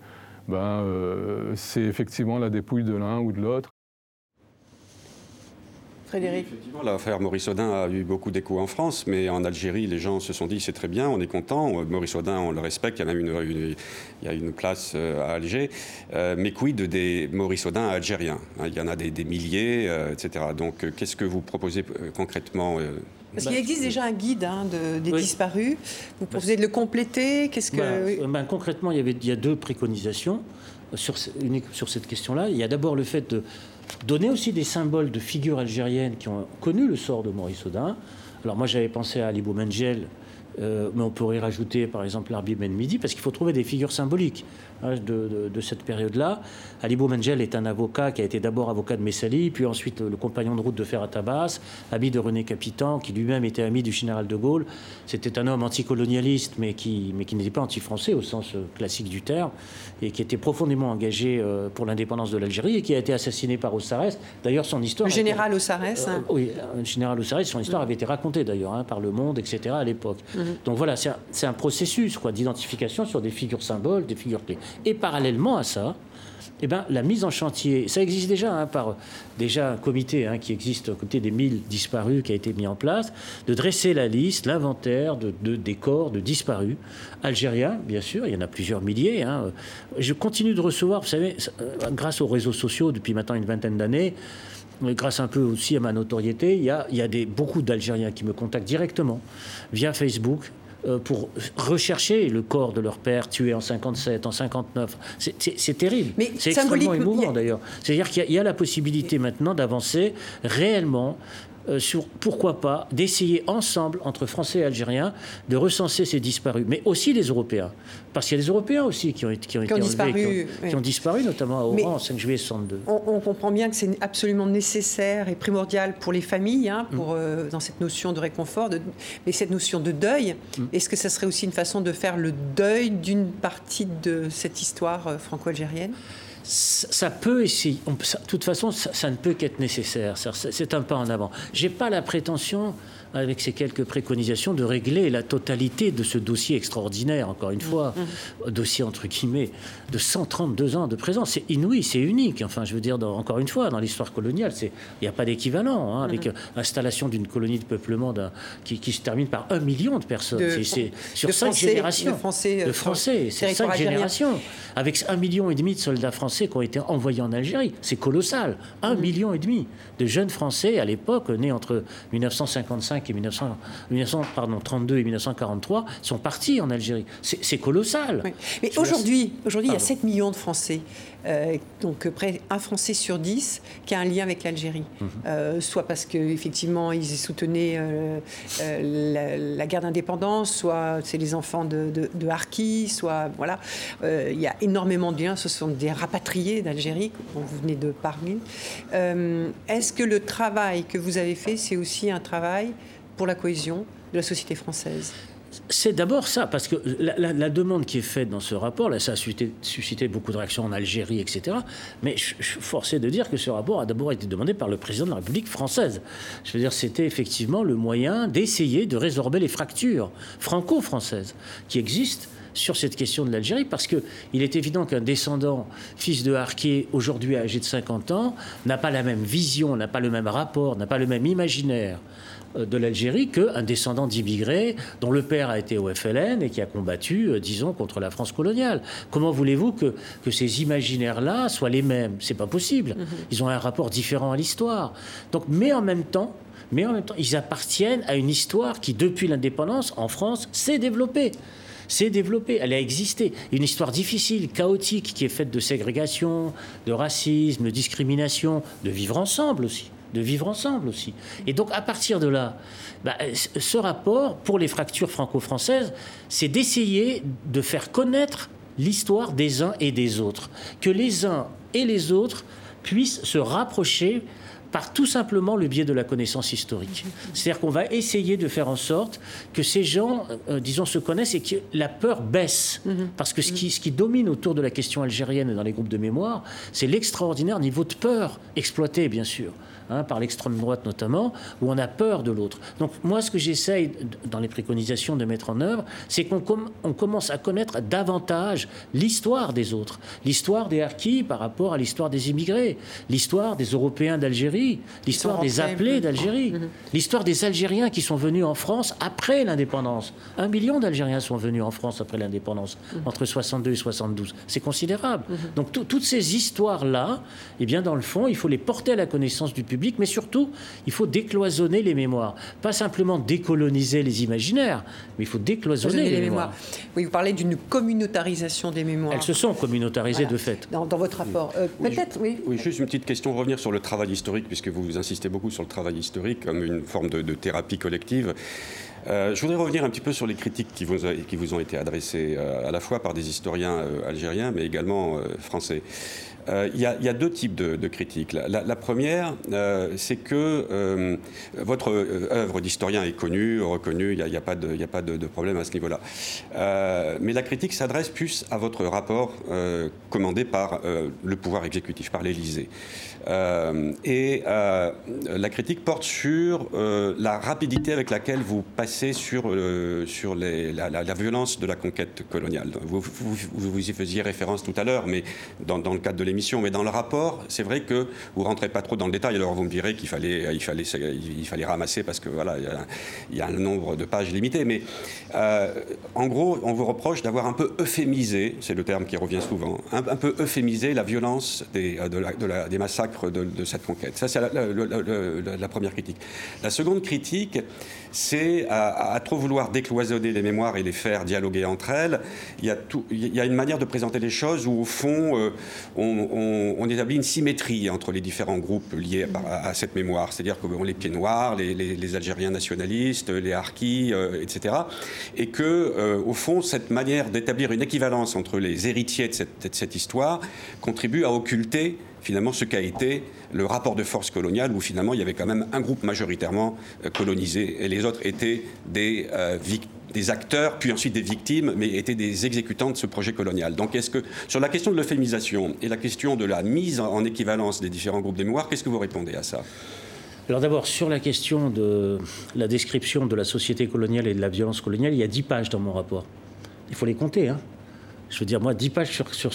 c'est effectivement la dépouille de l'un ou de l'autre. Frédéric. Effectivement, l'affaire Maurice Audin a eu beaucoup d'écho en France, mais en Algérie, les gens se sont dit c'est très bien, on est content. Maurice Audin, on le respecte, il y a même une place à Alger. Mais quid des Maurice Audin algériens? Il y en a des milliers, etc. Donc, qu'est-ce que vous proposez concrètement? Parce qu'il existe déjà un guide des disparus. Vous proposez de le compléter? Concrètement, il y a 2 préconisations sur cette question-là. Il y a d'abord le fait de donner aussi des symboles de figures algériennes qui ont connu le sort de Maurice Audin. Alors moi, j'avais pensé à Ali Boumendjel, mais on pourrait rajouter par exemple l'Arbi Ben Midi, parce qu'il faut trouver des figures symboliques de cette période-là. Ali Boumendjel est un avocat qui a été d'abord avocat de Messali, puis ensuite le compagnon de route de Ferhat Abbas, ami de René Capitan, qui lui-même était ami du général de Gaulle. C'était un homme anticolonialiste, mais qui n'était pas anti-français au sens classique du terme, et qui était profondément engagé pour l'indépendance de l'Algérie, et qui a été assassiné par Ossarès. D'ailleurs, son histoire... Le général Ossarès. Oui, le général Ossarès, son histoire avait été racontée d'ailleurs par Le Monde, etc. à l'époque. Donc voilà, c'est un processus d'identification sur des figures symboles, des figures clés. Et parallèlement à ça, la mise en chantier, ça existe déjà par un comité qui existe, un comité des 1000 disparus qui a été mis en place, de dresser la liste, l'inventaire des corps de disparus algériens, bien sûr, il y en a plusieurs milliers. Je continue de recevoir, vous savez, grâce aux réseaux sociaux depuis maintenant une vingtaine d'années, grâce un peu aussi à ma notoriété, il y a beaucoup d'Algériens qui me contactent directement via Facebook pour rechercher le corps de leur père tué en 57, en 59. C'est terrible. Mais c'est extrêmement émouvant d'ailleurs. C'est-à-dire qu'il y a la possibilité maintenant d'avancer réellement sur, pourquoi pas, d'essayer ensemble, entre Français et Algériens, de recenser ces disparus, mais aussi les Européens. Parce qu'il y a des Européens aussi qui ont été enlevés, qui ont disparu, notamment à Oran, en 5 juillet 62. On comprend bien que c'est absolument nécessaire et primordial pour les familles, dans cette notion de réconfort, mais cette notion de deuil. Est-ce que ça serait aussi une façon de faire le deuil d'une partie de cette histoire franco-algérienne ? Ça peut essayer. De toute façon, ça ne peut qu'être nécessaire. C'est un pas en avant. Je n'ai pas la prétention, avec ces quelques préconisations, de régler la totalité de ce dossier extraordinaire, encore une fois, dossier entre guillemets, de 132 ans de présence. C'est inouï, c'est unique. Enfin, je veux dire, encore une fois, dans l'histoire coloniale, il n'y a pas d'équivalent, avec l'installation d'une colonie de peuplement qui se termine par 1 million de personnes. C'est sur 5 générations. De Français. C'est 5 générations. Avec 1,5 million de soldats français qui ont été envoyés en Algérie. C'est colossal. 1,5 million de jeunes Français, à l'époque, nés entre 1955 et 1932 et 1943, sont partis en Algérie. C'est colossal. Oui. Mais aujourd'hui, il y a 7 millions de Français. Donc près 1 Français sur 10 qui a un lien avec l'Algérie. Soit parce qu'effectivement, ils soutenaient la guerre d'indépendance, soit c'est les enfants de Harki, soit... Voilà. Il y a énormément de liens. Ce sont des rapatriés d'Algérie, dont vous venez de parler. Est-ce que le travail que vous avez fait, c'est aussi un travail pour la cohésion de la société française ? C'est d'abord ça, parce que la demande qui est faite dans ce rapport, là, ça a suscité beaucoup de réactions en Algérie, etc. Mais je suis forcé de dire que ce rapport a d'abord été demandé par le président de la République française. Je veux dire, c'était effectivement le moyen d'essayer de résorber les fractures franco-françaises qui existent sur cette question de l'Algérie, parce qu'il est évident qu'un descendant, fils de Harki, aujourd'hui âgé de 50 ans, n'a pas la même vision, n'a pas le même rapport, n'a pas le même imaginaire de l'Algérie qu'un descendant d'immigrés dont le père a été au FLN et qui a combattu, disons, contre la France coloniale. Comment voulez-vous que ces imaginaires-là soient les mêmes ? C'est pas possible. Ils ont un rapport différent à l'histoire. Donc, mais en même temps, ils appartiennent à une histoire qui, depuis l'indépendance, en France, s'est développée. Elle a existé. Une histoire difficile, chaotique, qui est faite de ségrégation, de racisme, de discrimination, de vivre ensemble aussi. de vivre ensemble aussi. Et donc, à partir de là, ce rapport, pour les fractures franco-françaises, c'est d'essayer de faire connaître l'histoire des uns et des autres. Que les uns et les autres puissent se rapprocher par tout simplement le biais de la connaissance historique. C'est-à-dire qu'on va essayer de faire en sorte que ces gens, disons, se connaissent et que la peur baisse. Parce que ce qui domine autour de la question algérienne et dans les groupes de mémoire, c'est l'extraordinaire niveau de peur exploité, bien sûr, par l'extrême droite notamment, où on a peur de l'autre. Donc moi, ce que j'essaye, dans les préconisations, de mettre en œuvre, c'est qu'on commence à connaître davantage l'histoire des autres. L'histoire des harkis par rapport à l'histoire des immigrés, l'histoire des Européens d'Algérie, l'histoire des appelés d'Algérie, l'histoire des Algériens qui sont venus en France après l'indépendance. 1 million d'Algériens sont venus en France après l'indépendance, entre 62 et 72. C'est considérable. Donc toutes ces histoires-là, eh bien, dans le fond, il faut les porter à la connaissance du public, mais surtout, il faut décloisonner les mémoires. Pas simplement décoloniser les imaginaires, mais il faut décloisonner les mémoires. Oui, vous parlez d'une communautarisation des mémoires. Elles se sont communautarisées de fait. Dans votre rapport. Peut-être, oui. Oui, juste une petite question, revenir sur le travail historique, puisque vous insistez beaucoup sur le travail historique comme une forme de thérapie collective. Je voudrais revenir un petit peu sur les critiques qui vous ont été adressées à la fois par des historiens algériens, mais également français. Il y a deux types de critiques. La première, c'est que votre œuvre d'historien est connue, reconnue, il n'y a pas de problème à ce niveau-là. Mais la critique s'adresse plus à votre rapport commandé par le pouvoir exécutif, par l'Élysée. Et la critique porte sur la rapidité avec laquelle vous passez sur la violence de la conquête coloniale. Vous y faisiez référence tout à l'heure, mais dans le cadre de l'émission. Mais dans le rapport, c'est vrai que vous ne rentrez pas trop dans le détail. Alors vous me direz qu'il fallait ramasser parce que voilà, il y a un nombre de pages limité. Mais en gros, on vous reproche d'avoir un peu euphémisé, c'est le terme qui revient souvent, un peu euphémisé la violence des massacres de cette conquête. Ça, c'est la première critique. La seconde critique, c'est à trop vouloir décloisonner les mémoires et les faire dialoguer entre elles. Il y a une manière de présenter les choses où, au fond, on établit une symétrie entre les différents groupes liés à cette mémoire. C'est-à-dire que les Pieds Noirs, les Algériens nationalistes, les Harkis, etc. Et que, au fond, cette manière d'établir une équivalence entre les héritiers de cette histoire contribue à occulter finalement ce qu'a été le rapport de force colonial, où finalement il y avait quand même un groupe majoritairement colonisé et les autres étaient des acteurs, puis ensuite des victimes, mais étaient des exécutants de ce projet colonial. Donc est-ce que, sur la question de l'euphémisation et la question de la mise en équivalence des différents groupes de mémoire, qu'est-ce que vous répondez à ça ? Alors d'abord, sur la question de la description de la société coloniale et de la violence coloniale, il y a 10 pages dans mon rapport. Il faut les compter, hein. Je veux dire, moi, 10 pages sur je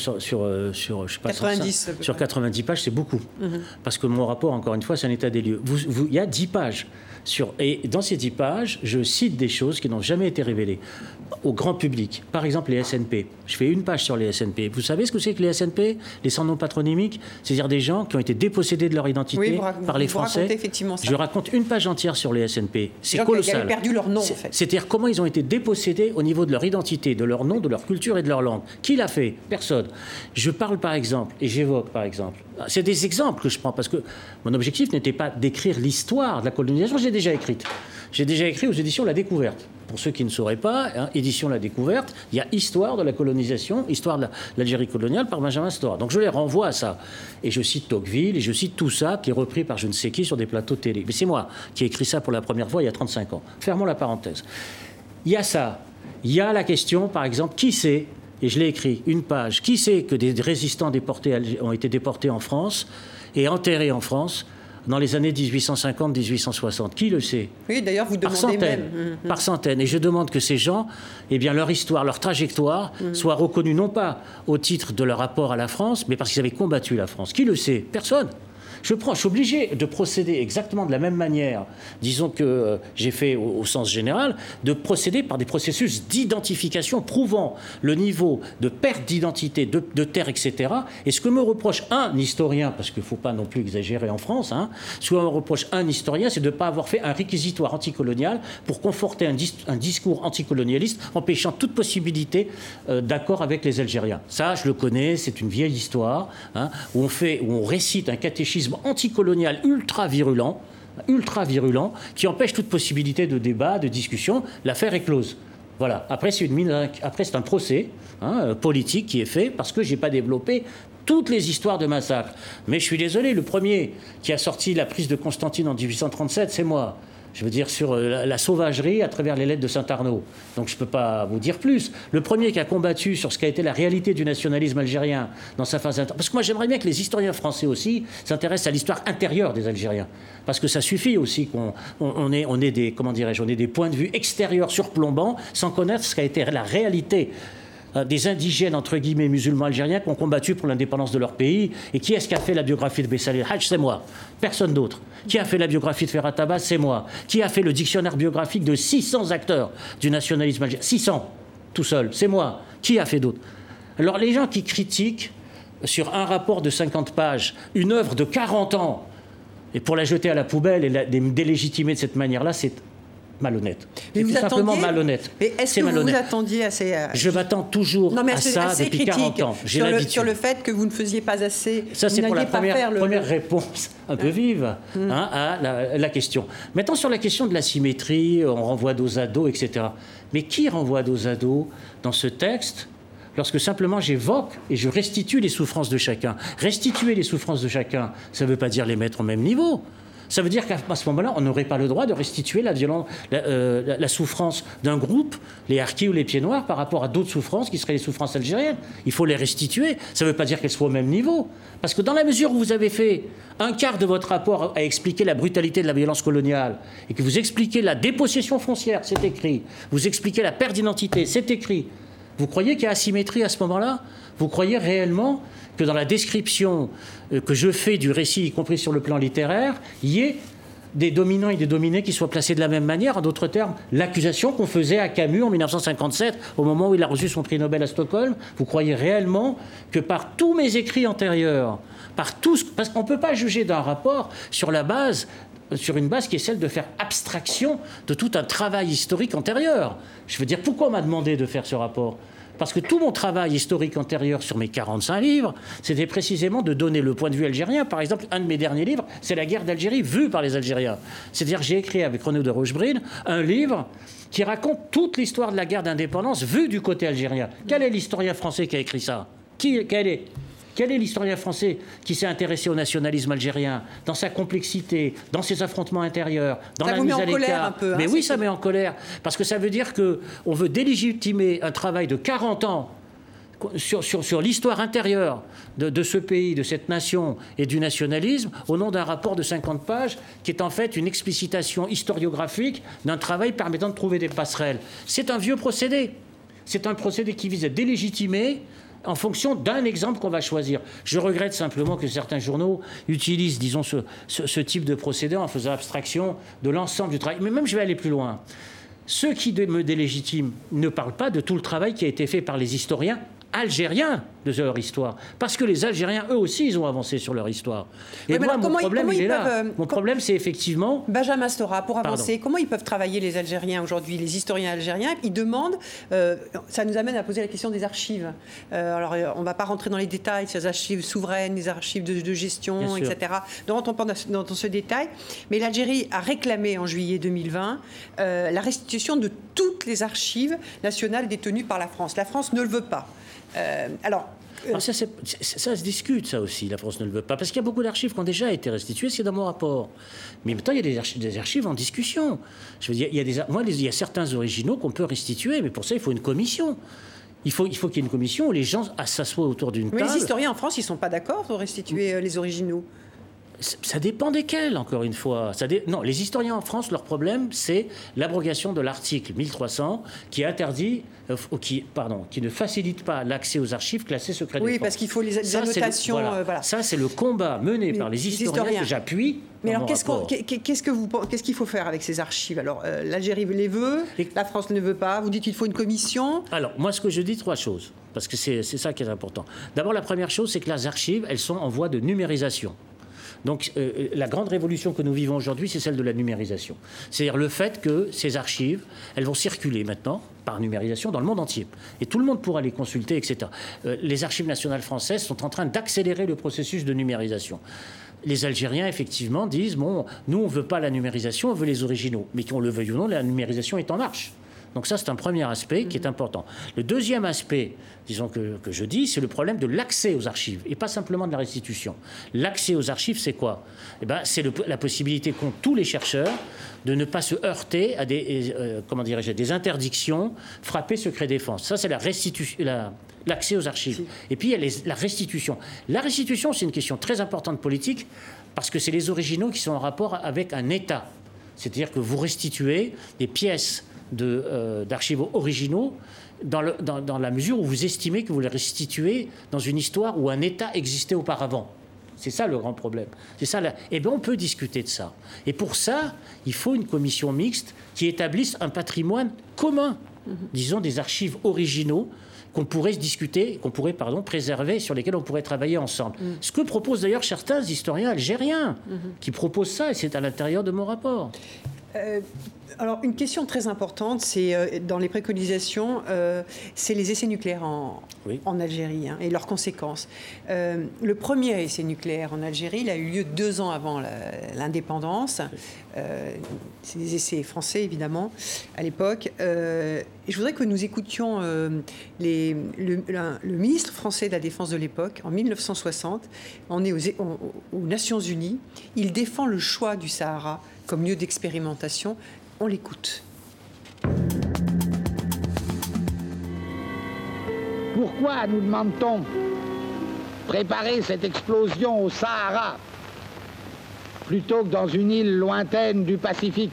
sais pas, 90, sur 90 pages, c'est beaucoup. Parce que mon rapport, encore une fois, c'est un état des lieux. Il y a 10 pages. Et dans ces 10 pages, je cite des choses qui n'ont jamais été révélées au grand public. Par exemple, les SNP. Je fais une page sur les SNP. Vous savez ce que c'est que les SNP, les sans-nom patronymiques? C'est-à-dire des gens qui ont été dépossédés de leur identité par les Français. Effectivement ça. Je raconte une page entière sur les SNP. C'est colossal. Ils avaient perdu leur nom, en fait. C'est-à-dire comment ils ont été dépossédés au niveau de leur identité, de leur nom, de leur culture et de leur langue. Qui l'a fait? Personne. Je parle par exemple, et j'évoque par exemple. C'est des exemples que je prends parce que mon objectif n'était pas d'écrire l'histoire de la colonisation, je l'ai déjà écrite. J'ai déjà écrit aux éditions La Découverte. Pour ceux qui ne sauraient pas, édition La Découverte, il y a Histoire de la colonisation, Histoire de l'Algérie coloniale par Benjamin Stora. Donc je les renvoie à ça. Et je cite Tocqueville, et je cite tout ça qui est repris par je ne sais qui sur des plateaux de télé. Mais c'est moi qui ai écrit ça pour la première fois il y a 35 ans. Fermons la parenthèse. Il y a ça. Il y a la question, par exemple, qui c'est, et je l'ai écrit, une page, qui c'est que des résistants déportés ont été déportés en France et enterrés en France dans les années 1850-1860. Qui le sait? Oui, d'ailleurs, vous demandez par centaines. Et je demande que ces gens, eh bien, leur histoire, leur trajectoire, soient reconnus non pas au titre de leur rapport à la France, mais parce qu'ils avaient combattu la France. Qui le sait? Personne. Je suis obligé de procéder exactement de la même manière, disons que j'ai fait au sens général, de procéder par des processus d'identification prouvant le niveau de perte d'identité, de terre, etc. Et ce que me reproche un historien, parce qu'il ne faut pas non plus exagérer en France, ce que me reproche un historien, c'est de ne pas avoir fait un réquisitoire anticolonial pour conforter un discours anticolonialiste, empêchant toute possibilité d'accord avec les Algériens. Ça, je le connais, c'est une vieille histoire, où on récite un catéchisme nationalisme anticolonial ultra virulent, qui empêche toute possibilité de débat, de discussion. L'affaire est close. Voilà. Après, c'est un procès politique qui est fait parce que je n'ai pas développé toutes les histoires de massacres. Mais je suis désolé, le premier qui a sorti la prise de Constantine en 1837, c'est moi. Je veux dire, sur la sauvagerie à travers les lettres de Saint-Arnaud. Donc je ne peux pas vous dire plus. Le premier qui a combattu sur ce qu'a été la réalité du nationalisme algérien dans sa phase... Parce que moi, j'aimerais bien que les historiens français aussi s'intéressent à l'histoire intérieure des Algériens. Parce que ça suffit aussi qu'on ait des points de vue extérieurs surplombants sans connaître ce qu'a été la réalité des indigènes, entre guillemets, musulmans algériens qui ont combattu pour l'indépendance de leur pays. Et qui est-ce qui a fait la biographie de Bessalel Hadj? C'est moi. Personne d'autre. Qui a fait la biographie de Ferhat Abbas? C'est moi. Qui a fait le dictionnaire biographique de 600 acteurs du nationalisme algérien? 600, tout seul. C'est moi. Qui a fait d'autres? Alors les gens qui critiquent sur un rapport de 50 pages une œuvre de 40 ans, et pour la jeter à la poubelle et la délégitimer de cette manière-là, c'est malhonnête. Mais c'est tout simplement malhonnête. Mais est-ce que vous attendiez à ces... Je m'attends toujours à ça depuis 40 ans. J'ai l'habitude. Sur le fait que vous ne faisiez pas assez... Ça, c'est pour la première réponse un peu vive à la question. Maintenant, sur la question de la symétrie, on renvoie dos à dos, etc. Mais qui renvoie dos à dos dans ce texte lorsque simplement j'évoque et je restitue les souffrances de chacun? Restituer les souffrances de chacun, ça ne veut pas dire les mettre au même niveau. Ça veut dire qu'à ce moment-là, on n'aurait pas le droit de restituer la souffrance d'un groupe, les harkis ou les pieds noirs, par rapport à d'autres souffrances qui seraient les souffrances algériennes. Il faut les restituer. Ça ne veut pas dire qu'elles soient au même niveau. Parce que dans la mesure où vous avez fait un quart de votre rapport à expliquer la brutalité de la violence coloniale, et que vous expliquez la dépossession foncière, c'est écrit, vous expliquez la perte d'identité, c'est écrit, vous croyez qu'il y a asymétrie à ce moment-là? Vous croyez réellement que dans la description que je fais du récit, y compris sur le plan littéraire, il y ait des dominants et des dominés qui soient placés de la même manière? En d'autres termes, l'accusation qu'on faisait à Camus en 1957, au moment où il a reçu son prix Nobel à Stockholm, vous croyez réellement que par tous mes écrits antérieurs, parce qu'on ne peut pas juger d'un rapport sur une base qui est celle de faire abstraction de tout un travail historique antérieur. Je veux dire, pourquoi on m'a demandé de faire ce rapport? Parce que tout mon travail historique antérieur sur mes 45 livres, c'était précisément de donner le point de vue algérien. Par exemple, un de mes derniers livres, c'est la guerre d'Algérie vue par les Algériens. C'est-à-dire j'ai écrit avec Renaud de Rochebrune un livre qui raconte toute l'histoire de la guerre d'indépendance vue du côté algérien. Quel est l'historien français qui a écrit ça? Quel est l'historien français qui s'est intéressé au nationalisme algérien, dans sa complexité, dans ses affrontements intérieurs, dans la mise à l'écart? Mais oui, ça met en colère. Parce que ça veut dire qu'on veut délégitimer un travail de 40 ans sur l'histoire intérieure de ce pays, de cette nation et du nationalisme, au nom d'un rapport de 50 pages qui est en fait une explicitation historiographique d'un travail permettant de trouver des passerelles. C'est un vieux procédé. C'est un procédé qui vise à délégitimer en fonction d'un exemple qu'on va choisir. Je regrette simplement que certains journaux utilisent, disons, ce type de procédé en faisant abstraction de l'ensemble du travail. Mais même, je vais aller plus loin. Ceux qui me délégitiment ne parlent pas de tout le travail qui a été fait par les historiens algériens de leur histoire. Parce que les Algériens, eux aussi, ils ont avancé sur leur histoire. Et moi, mon problème, il est là. Mon problème, c'est effectivement... Benjamin Stora, pour avancer, comment ils peuvent travailler, les Algériens, aujourd'hui, les historiens algériens? Ils demandent... ça nous amène à poser la question des archives. Alors, on ne va pas rentrer dans les détails, ces archives souveraines, les archives de gestion, etc. Ne rentrons pas dans ce détail. Mais l'Algérie a réclamé, en juillet 2020, la restitution de toutes les archives nationales détenues par la France. La France ne le veut pas. Alors, ça se discute, ça aussi, la France ne le veut pas, parce qu'il y a beaucoup d'archives qui ont déjà été restituées, c'est dans mon rapport. Mais maintenant, il y a des archives en discussion. Je veux dire, il y a certains originaux qu'on peut restituer, mais pour ça, il faut une commission. Il faut qu'il y ait une commission où les gens s'assoient autour d'une table. Mais les historiens en France, ils ne sont pas d'accord pour restituer les originaux. Ça dépend desquels, encore une fois. Non, les historiens en France, leur problème, c'est l'abrogation de l'article 1300 qui interdit, qui ne facilite pas l'accès aux archives classées secret défense. Oui, parce qu'il faut les annotations. Voilà. Ça, c'est le combat mené par les historiens que j'appuie. Mais alors, qu'est-ce qu'il faut faire avec ces archives? Alors, l'Algérie les veut, la France ne veut pas. Vous dites qu'il faut une commission. Alors, moi, ce que je dis, 3 choses, parce que c'est ça qui est important. D'abord, la première chose, c'est que les archives, elles sont en voie de numérisation. Donc la grande révolution que nous vivons aujourd'hui, c'est celle de la numérisation. C'est-à-dire le fait que ces archives, elles vont circuler maintenant par numérisation dans le monde entier. Et tout le monde pourra les consulter, etc. Les archives nationales françaises sont en train d'accélérer le processus de numérisation. les Algériens, effectivement, disent, bon, nous, on ne veut pas la numérisation, on veut les originaux. Mais qu'on le veuille ou non, la numérisation est en marche. Donc ça, c'est un premier aspect qui est important. Le deuxième aspect, disons que je dis, c'est le problème de l'accès aux archives, et pas simplement de la restitution. L'accès aux archives, c'est quoi? Eh ben, c'est la possibilité qu'ont tous les chercheurs de ne pas se heurter à des interdictions frappées secret défense. Ça, c'est l'accès aux archives. Et puis, il y a la restitution. La restitution, c'est une question très importante politique, parce que c'est les originaux qui sont en rapport avec un État. C'est-à-dire que vous restituez des pièces d'archives originaux dans la mesure où vous estimez que vous les restituez dans une histoire où un État existait auparavant. C'est ça le grand problème. Eh bien, on peut discuter de ça. Et pour ça, il faut une commission mixte qui établisse un patrimoine commun, disons des archives originaux qu'on pourrait discuter, préserver, sur lesquels on pourrait travailler ensemble. Ce que proposent d'ailleurs certains historiens algériens qui proposent ça, et c'est à l'intérieur de mon rapport. Alors, une question très importante, c'est dans les préconisations, c'est les essais nucléaires en Algérie et leurs conséquences. Le premier essai nucléaire en Algérie, il a eu lieu 2 ans avant l'indépendance. C'est des essais français, évidemment, à l'époque. Je voudrais que nous écoutions le ministre français de la Défense de l'époque, en 1960. On est aux Nations Unies. Il défend le choix du Sahara comme lieu d'expérimentation. On l'écoute. Pourquoi nous demande-t-on préparer cette explosion au Sahara plutôt que dans une île lointaine du Pacifique?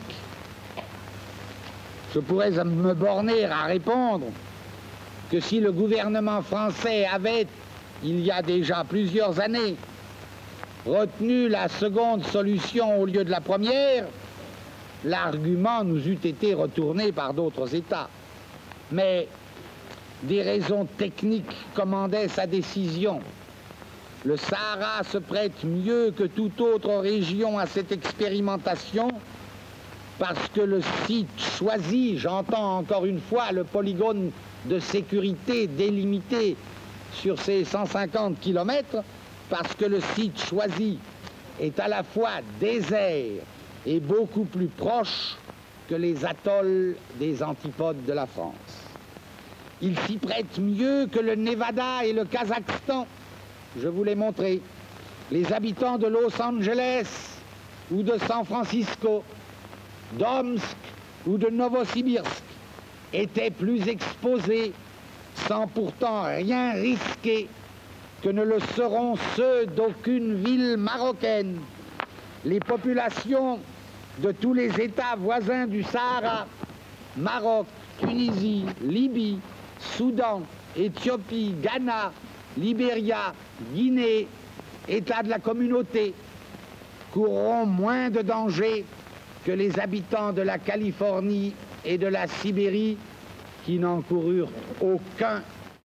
Je pourrais me borner à répondre que si le gouvernement français avait, il y a déjà plusieurs années, retenu la seconde solution au lieu de la première, l'argument nous eût été retourné par d'autres États. Mais des raisons techniques commandaient sa décision. Le Sahara se prête mieux que toute autre région à cette expérimentation parce que le site choisi, j'entends encore une fois le polygone de sécurité délimité sur ces 150 km, parce que le site choisi est à la fois désert et beaucoup plus proche que les atolls des antipodes de la France. Il s'y prête mieux que le Nevada et le Kazakhstan. Je vous l'ai montré. Les habitants de Los Angeles ou de San Francisco, d'Omsk ou de Novosibirsk étaient plus exposés sans pourtant rien risquer que ne le seront ceux d'aucune ville marocaine. Les populations de tous les États voisins du Sahara, Maroc, Tunisie, Libye, Soudan, Éthiopie, Ghana, Libéria, Guinée, États de la communauté, courront moins de danger que les habitants de la Californie et de la Sibérie qui n'en coururent aucun.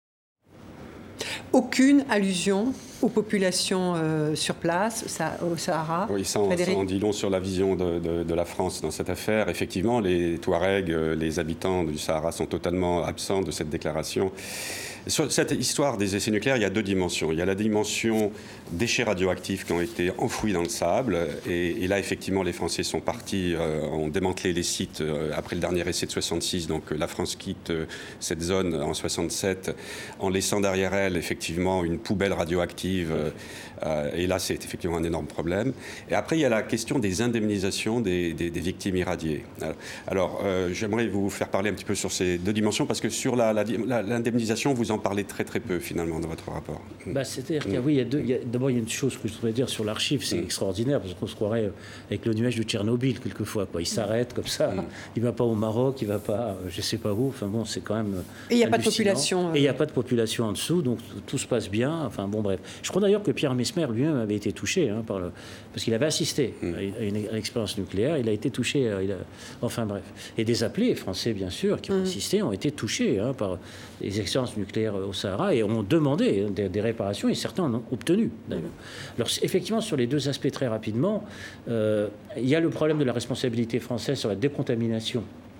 Aucune allusion aux populations sur place, au Sahara. Oui, ça en dit long sur la vision de la France dans cette affaire. Effectivement, les Touaregs, les habitants du Sahara sont totalement absents de cette déclaration. Sur cette histoire des essais nucléaires, il y a 2 dimensions. Il y a la dimension déchets radioactifs qui ont été enfouis dans le sable. Et là, effectivement, les Français sont partis, ont démantelé les sites après le dernier essai de 66. Donc la France quitte cette zone en 67 en laissant derrière elle, effectivement, une poubelle radioactive. Et là, c'est effectivement un énorme problème. Et après, il y a la question des indemnisations des victimes irradiées. Alors, j'aimerais vous faire parler un petit peu sur ces 2 dimensions, parce que sur l'indemnisation, vous en parlez très très peu finalement dans votre rapport. C'est-à-dire qu'il y a d'abord, il y a une chose que je voudrais dire sur l'archive, c'est extraordinaire, parce qu'on se croirait avec le nuage de Tchernobyl quelquefois. Il s'arrête comme ça, il ne va pas au Maroc, il ne va pas je ne sais pas où. Enfin bon, c'est quand même Et il n'y a pas de population. Et il n'y a pas de population en dessous, donc tout se passe bien. Enfin bon, bref. Je crois d'ailleurs que Pierre Messmer lui-même avait été touché, parce qu'il avait assisté à une expérience nucléaire, il a été touché. Enfin bref. Et des appelés français, bien sûr, qui ont assisté, ont été touchés par les expériences nucléaires au Sahara et ont demandé des réparations, et certains en ont obtenu d'ailleurs. Alors effectivement, sur les 2 aspects très rapidement, il y a le problème de la responsabilité française sur la décontamination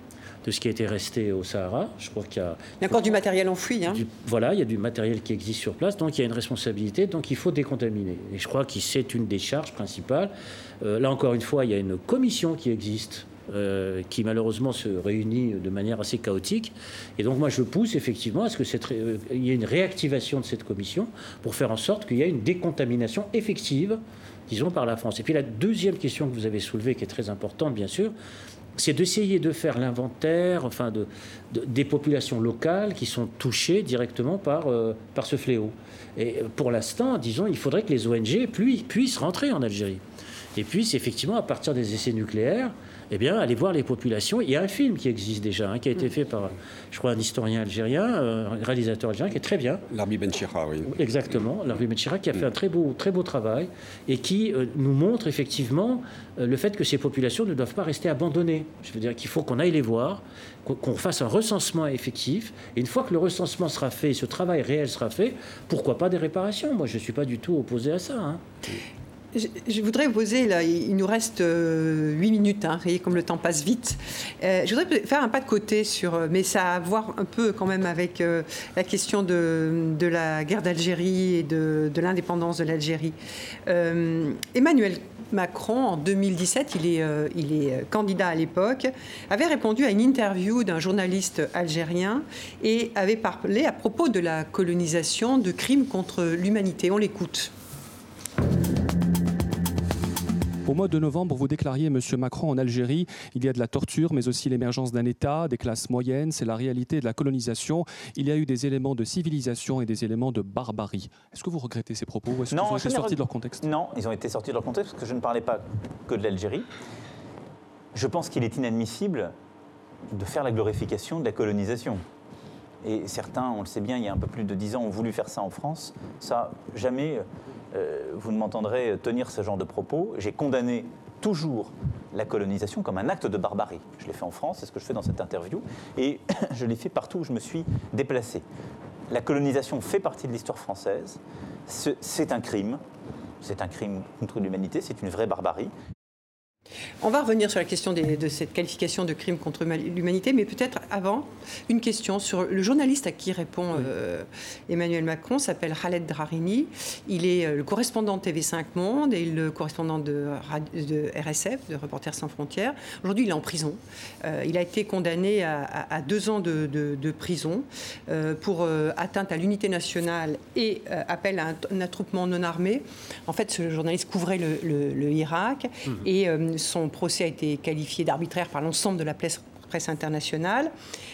de ce qui a été resté au Sahara. Je crois qu'il y a encore du matériel enfoui. Voilà, il y a du matériel qui existe sur place, donc il y a une responsabilité, donc il faut décontaminer. Et je crois que c'est une des charges principales. Là, encore une fois, il y a une commission qui existe, qui malheureusement se réunit de manière assez chaotique. Et donc moi, je pousse effectivement à ce qu'il y ait une réactivation de cette commission pour faire en sorte qu'il y ait une décontamination effective, disons, par la France. Et puis la deuxième question que vous avez soulevée, qui est très importante, bien sûr, c'est d'essayer de faire l'inventaire des populations locales qui sont touchées directement par ce fléau. Et pour l'instant, disons, il faudrait que les ONG puissent rentrer en Algérie et puissent effectivement, à partir des essais nucléaires, aller voir les populations. Il y a un film qui existe déjà, qui a été fait par, je crois, un historien algérien, un réalisateur algérien, qui est très bien. Larbi Benchira, oui. Exactement, Larbi Benchira, qui a fait un très beau travail et qui nous montre effectivement le fait que ces populations ne doivent pas rester abandonnées. Je veux dire qu'il faut qu'on aille les voir, qu'on fasse un recensement effectif. Et une fois que le recensement sera fait, ce travail réel sera fait, pourquoi pas des réparations? Moi, je ne suis pas du tout opposé à ça. Je voudrais vous poser, là, il nous reste 8 minutes, vous voyez comme le temps passe vite. Je voudrais faire un pas de côté mais ça a à voir un peu quand même avec la question de la guerre d'Algérie et de l'indépendance de l'Algérie. Emmanuel Macron, en 2017, il est candidat à l'époque, avait répondu à une interview d'un journaliste algérien et avait parlé à propos de la colonisation, de crimes contre l'humanité. On l'écoute. Au mois de novembre, vous déclariez, M. Macron, en Algérie, il y a de la torture, mais aussi l'émergence d'un État, des classes moyennes, c'est la réalité de la colonisation. Il y a eu des éléments de civilisation et des éléments de barbarie. Est-ce que vous regrettez ces propos ou est-ce qu'ils ont été sortis de leur contexte? Non, ils ont été sortis de leur contexte parce que je ne parlais pas que de l'Algérie. Je pense qu'il est inadmissible de faire la glorification de la colonisation. Et certains, on le sait bien, il y a un peu plus de 10 ans, ont voulu faire ça en France. Ça, jamais... vous ne m'entendrez tenir ce genre de propos. J'ai condamné toujours la colonisation comme un acte de barbarie. Je l'ai fait en France, c'est ce que je fais dans cette interview, et je l'ai fait partout où je me suis déplacé. La colonisation fait partie de l'histoire française. C'est un crime contre l'humanité, c'est une vraie barbarie. On va revenir sur la question de cette qualification de crime contre l'humanité, mais peut-être avant, une question sur le journaliste à qui répond Emmanuel Macron, s'appelle Khaled Drareni. Il est le correspondant de TV5 Monde et le correspondant de RSF, de Reporters sans frontières. Aujourd'hui, il est en prison. Il a été condamné à 2 ans de prison pour atteinte à l'unité nationale et appel à un attroupement non armé. En fait, ce journaliste couvrait le Irak et son procès a été qualifié d'arbitraire par l'ensemble de la presse internationale.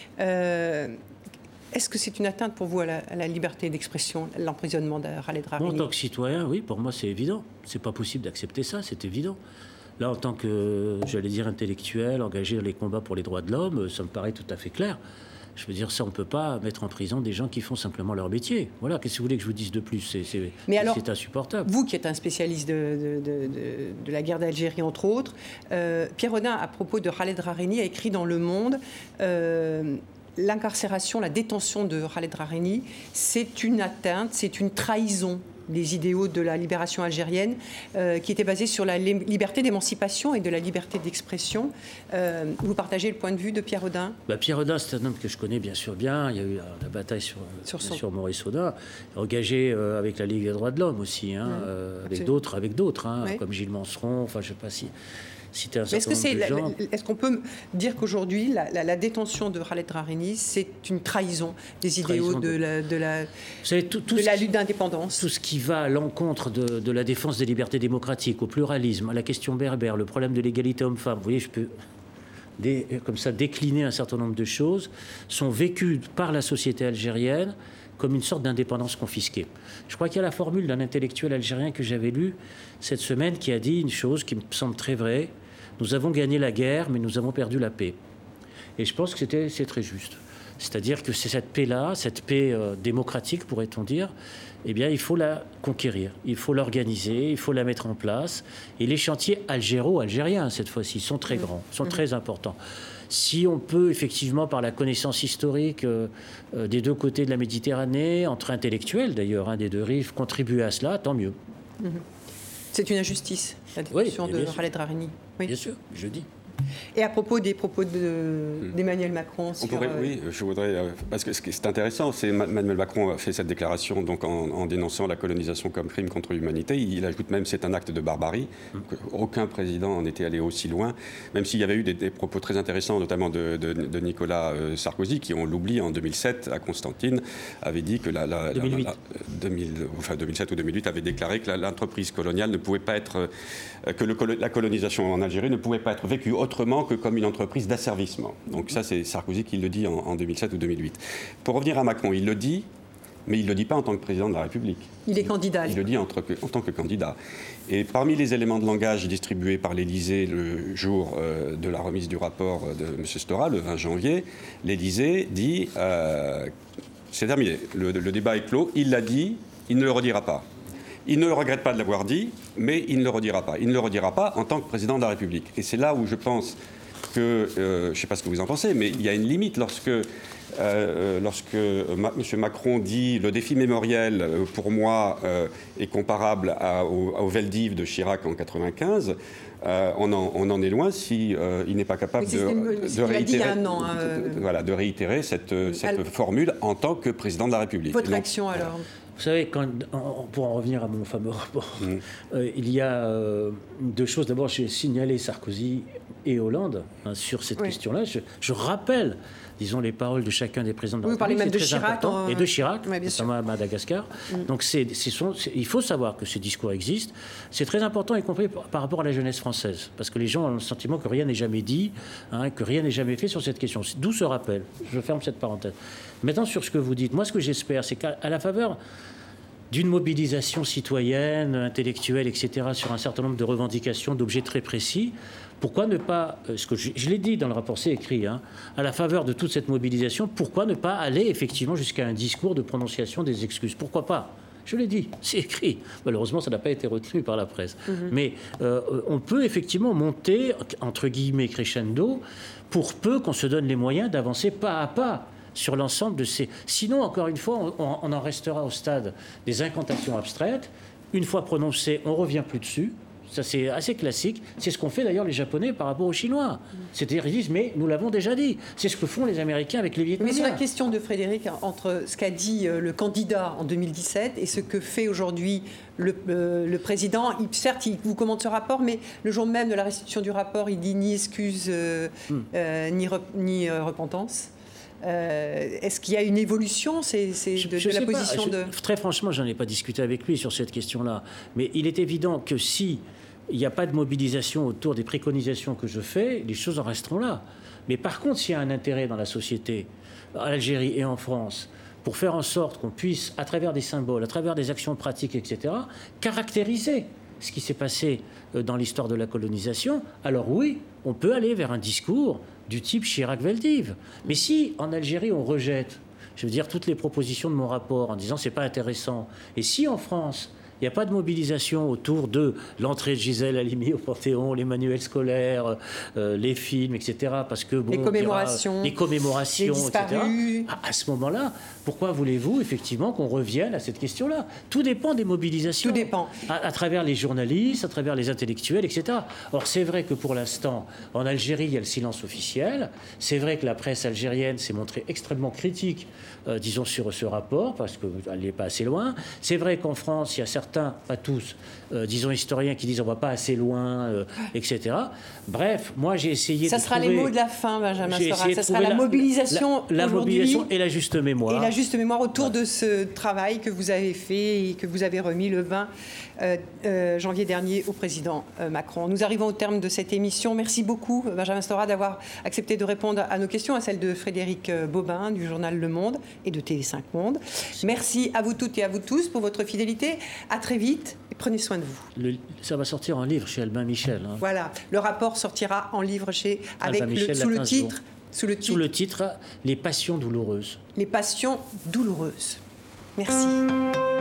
Est-ce que c'est une atteinte pour vous à la liberté d'expression, l'emprisonnement de Khaled Drareni? En tant que citoyen, oui, pour moi c'est évident. C'est pas possible d'accepter ça, c'est évident. Là, en tant que, j'allais dire, intellectuel, engagé dans les combats pour les droits de l'homme, ça me paraît tout à fait clair. Je veux dire, ça, on ne peut pas mettre en prison des gens qui font simplement leur métier. Voilà, qu'est-ce que vous voulez que je vous dise de plus? C'est insupportable. Vous qui êtes un spécialiste de la guerre d'Algérie, entre autres, Pierre Oddin, à propos de Khaled Drareni, a écrit dans Le Monde l'incarcération, la détention de Khaled Drareni, c'est une atteinte, c'est une trahison des idéaux de la libération algérienne qui était basée sur la liberté d'émancipation et de la liberté d'expression. Vous partagez le point de vue de Pierre Oddin? Pierre Oddin, c'est un homme que je connais bien sûr bien. Il y a eu la bataille sur Maurice Audin, engagé avec la Ligue des droits de l'homme aussi, avec d'autres, comme Gilles Manseron, enfin je ne sais pas si... Est-ce qu'on peut dire qu'aujourd'hui, la détention de Khaled Drareni, c'est une trahison des idéaux de la lutte d'indépendance? Tout ce qui va à l'encontre de la défense des libertés démocratiques, au pluralisme, à la question berbère, le problème de l'égalité homme-femme, vous voyez, je peux comme ça décliner un certain nombre de choses, sont vécues par la société algérienne comme une sorte d'indépendance confisquée. Je crois qu'il y a la formule d'un intellectuel algérien que j'avais lu cette semaine qui a dit une chose qui me semble très vraie. Nous avons gagné la guerre, mais nous avons perdu la paix. Et je pense que c'est très juste. C'est-à-dire que c'est cette paix-là, cette paix démocratique, pourrait-on dire, eh bien, il faut la conquérir, il faut l'organiser, il faut la mettre en place. Et les chantiers algéro-algériens, cette fois-ci, sont très grands, sont très importants. Si on peut, effectivement, par la connaissance historique des deux côtés de la Méditerranée, entre intellectuels d'ailleurs, des deux rives, contribuer à cela, tant mieux. C'est une injustice, la détention de Khaled Drareni. Oui. Bien sûr, je dis. Et à propos des propos d'Emmanuel Macron sur... Oui, je voudrais... parce que ce qui est intéressant, c'est Emmanuel Macron a fait cette déclaration donc, en dénonçant la colonisation comme crime contre l'humanité. Il ajoute même c'est un acte de barbarie. Aucun président n'était allé aussi loin, même s'il y avait eu des propos très intéressants, notamment de Nicolas Sarkozy, qui, on l'oublie, en 2007, à Constantine, avait dit que 2007 ou 2008, avait déclaré que l'entreprise coloniale ne pouvait pas être... que la colonisation en Algérie ne pouvait pas être vécue autrement que comme une entreprise d'asservissement. Donc ça, c'est Sarkozy qui le dit en 2007 ou 2008. Pour revenir à Macron, il le dit, mais il ne le dit pas en tant que président de la République. Il est candidat. Il le dit en tant que candidat. Et parmi les éléments de langage distribués par l'Élysée le jour de la remise du rapport de M. Stora, le 20 janvier, l'Élysée dit c'est terminé, le débat est clos, il l'a dit, il ne le redira pas. Il ne regrette pas de l'avoir dit, mais il ne le redira pas. Il ne le redira pas en tant que président de la République. Et c'est là où je pense que, je ne sais pas ce que vous en pensez, mais il y a une limite lorsque M. Macron dit le défi mémoriel, pour moi, est comparable au Veldiv de Chirac en 1995. On en est loin si il n'est pas capable de réitérer cette formule en tant que président de la République. Votre action alors ? Vous savez, pour en revenir à mon fameux rapport, il y a deux choses. D'abord, j'ai signalé Sarkozy et Hollande sur cette question-là. Je rappelle, disons, les paroles de chacun des présidents de la République. Vous parlez même de Chirac. Et de Chirac, notamment à Madagascar. Donc il faut savoir que ces discours existent. C'est très important, y compris par rapport à la jeunesse française. Parce que les gens ont le sentiment que rien n'est jamais dit, que rien n'est jamais fait sur cette question. D'où ce rappel. Je ferme cette parenthèse. Maintenant, sur ce que vous dites, moi, ce que j'espère, c'est qu'à la faveur d'une mobilisation citoyenne, intellectuelle, etc., sur un certain nombre de revendications, d'objets très précis, pourquoi ne pas, ce que je l'ai dit dans le rapport, c'est écrit, à la faveur de toute cette mobilisation, pourquoi ne pas aller effectivement jusqu'à un discours de prononciation des excuses? Pourquoi pas? Je l'ai dit, c'est écrit. Malheureusement, ça n'a pas été retenu par la presse. Mais on peut effectivement monter, entre guillemets, crescendo, pour peu qu'on se donne les moyens d'avancer pas à pas sur l'ensemble de ces... Sinon, encore une fois, on en restera au stade des incantations abstraites. Une fois prononcées, on ne revient plus dessus. Ça, c'est assez classique. C'est ce qu'ont fait d'ailleurs les Japonais par rapport aux Chinois. C'est-à-dire, ils disent, mais nous l'avons déjà dit. C'est ce que font les Américains avec les Vietnamiens. Mais sur la question de Frédéric, entre ce qu'a dit le candidat en 2017 et ce que fait aujourd'hui le président, certes, il vous commande ce rapport, mais le jour même de la restitution du rapport, il dit ni excuse ni repentance. Est-ce qu'il y a une évolution de la position de... Très franchement, je n'en ai pas discuté avec lui sur cette question-là. Mais il est évident que si il n'y a pas de mobilisation autour des préconisations que je fais, les choses en resteront là. Mais par contre, s'il y a un intérêt dans la société, en Algérie et en France, pour faire en sorte qu'on puisse, à travers des symboles, à travers des actions pratiques, etc., caractériser ce qui s'est passé dans l'histoire de la colonisation, alors oui, on peut aller vers un discours du type Chirac-Veldiv. Mais si, en Algérie, on rejette, je veux dire, toutes les propositions de mon rapport en disant c'est pas intéressant, et si en France, il n'y a pas de mobilisation autour de l'entrée de Gisèle Halimi au Panthéon, les manuels scolaires, les films, etc. Parce que, bon, les commémorations, les etc. À ce moment-là, pourquoi voulez-vous effectivement qu'on revienne à cette question-là? Tout dépend des mobilisations. Tout dépend. À travers les journalistes, à travers les intellectuels, etc. Or, c'est vrai que pour l'instant, en Algérie, il y a le silence officiel. C'est vrai que la presse algérienne s'est montrée extrêmement critique, disons, sur ce rapport, parce qu'elle n'est pas assez loin. C'est vrai qu'en France, il y a certains, pas tous, disons historiens qui disent on ne va pas assez loin, etc. Bref, moi j'ai essayé ça de sera trouver... les mots de la fin, Benjamin Stora. Ça sera la mobilisation la mobilisation et la juste mémoire. Et la juste mémoire autour de ce travail que vous avez fait et que vous avez remis le 20 janvier dernier au président Macron. Nous arrivons au terme de cette émission. Merci beaucoup, Benjamin Stora, d'avoir accepté de répondre à nos questions, à celles de Frédéric Bobin du journal Le Monde et de TV5 Monde. Merci à vous toutes et à vous tous pour votre fidélité. À très vite et prenez soin de vous. Ça va sortir en livre chez Albin Michel. Voilà, le rapport sortira en livre avec sous le titre Les passions douloureuses. Les passions douloureuses. Merci.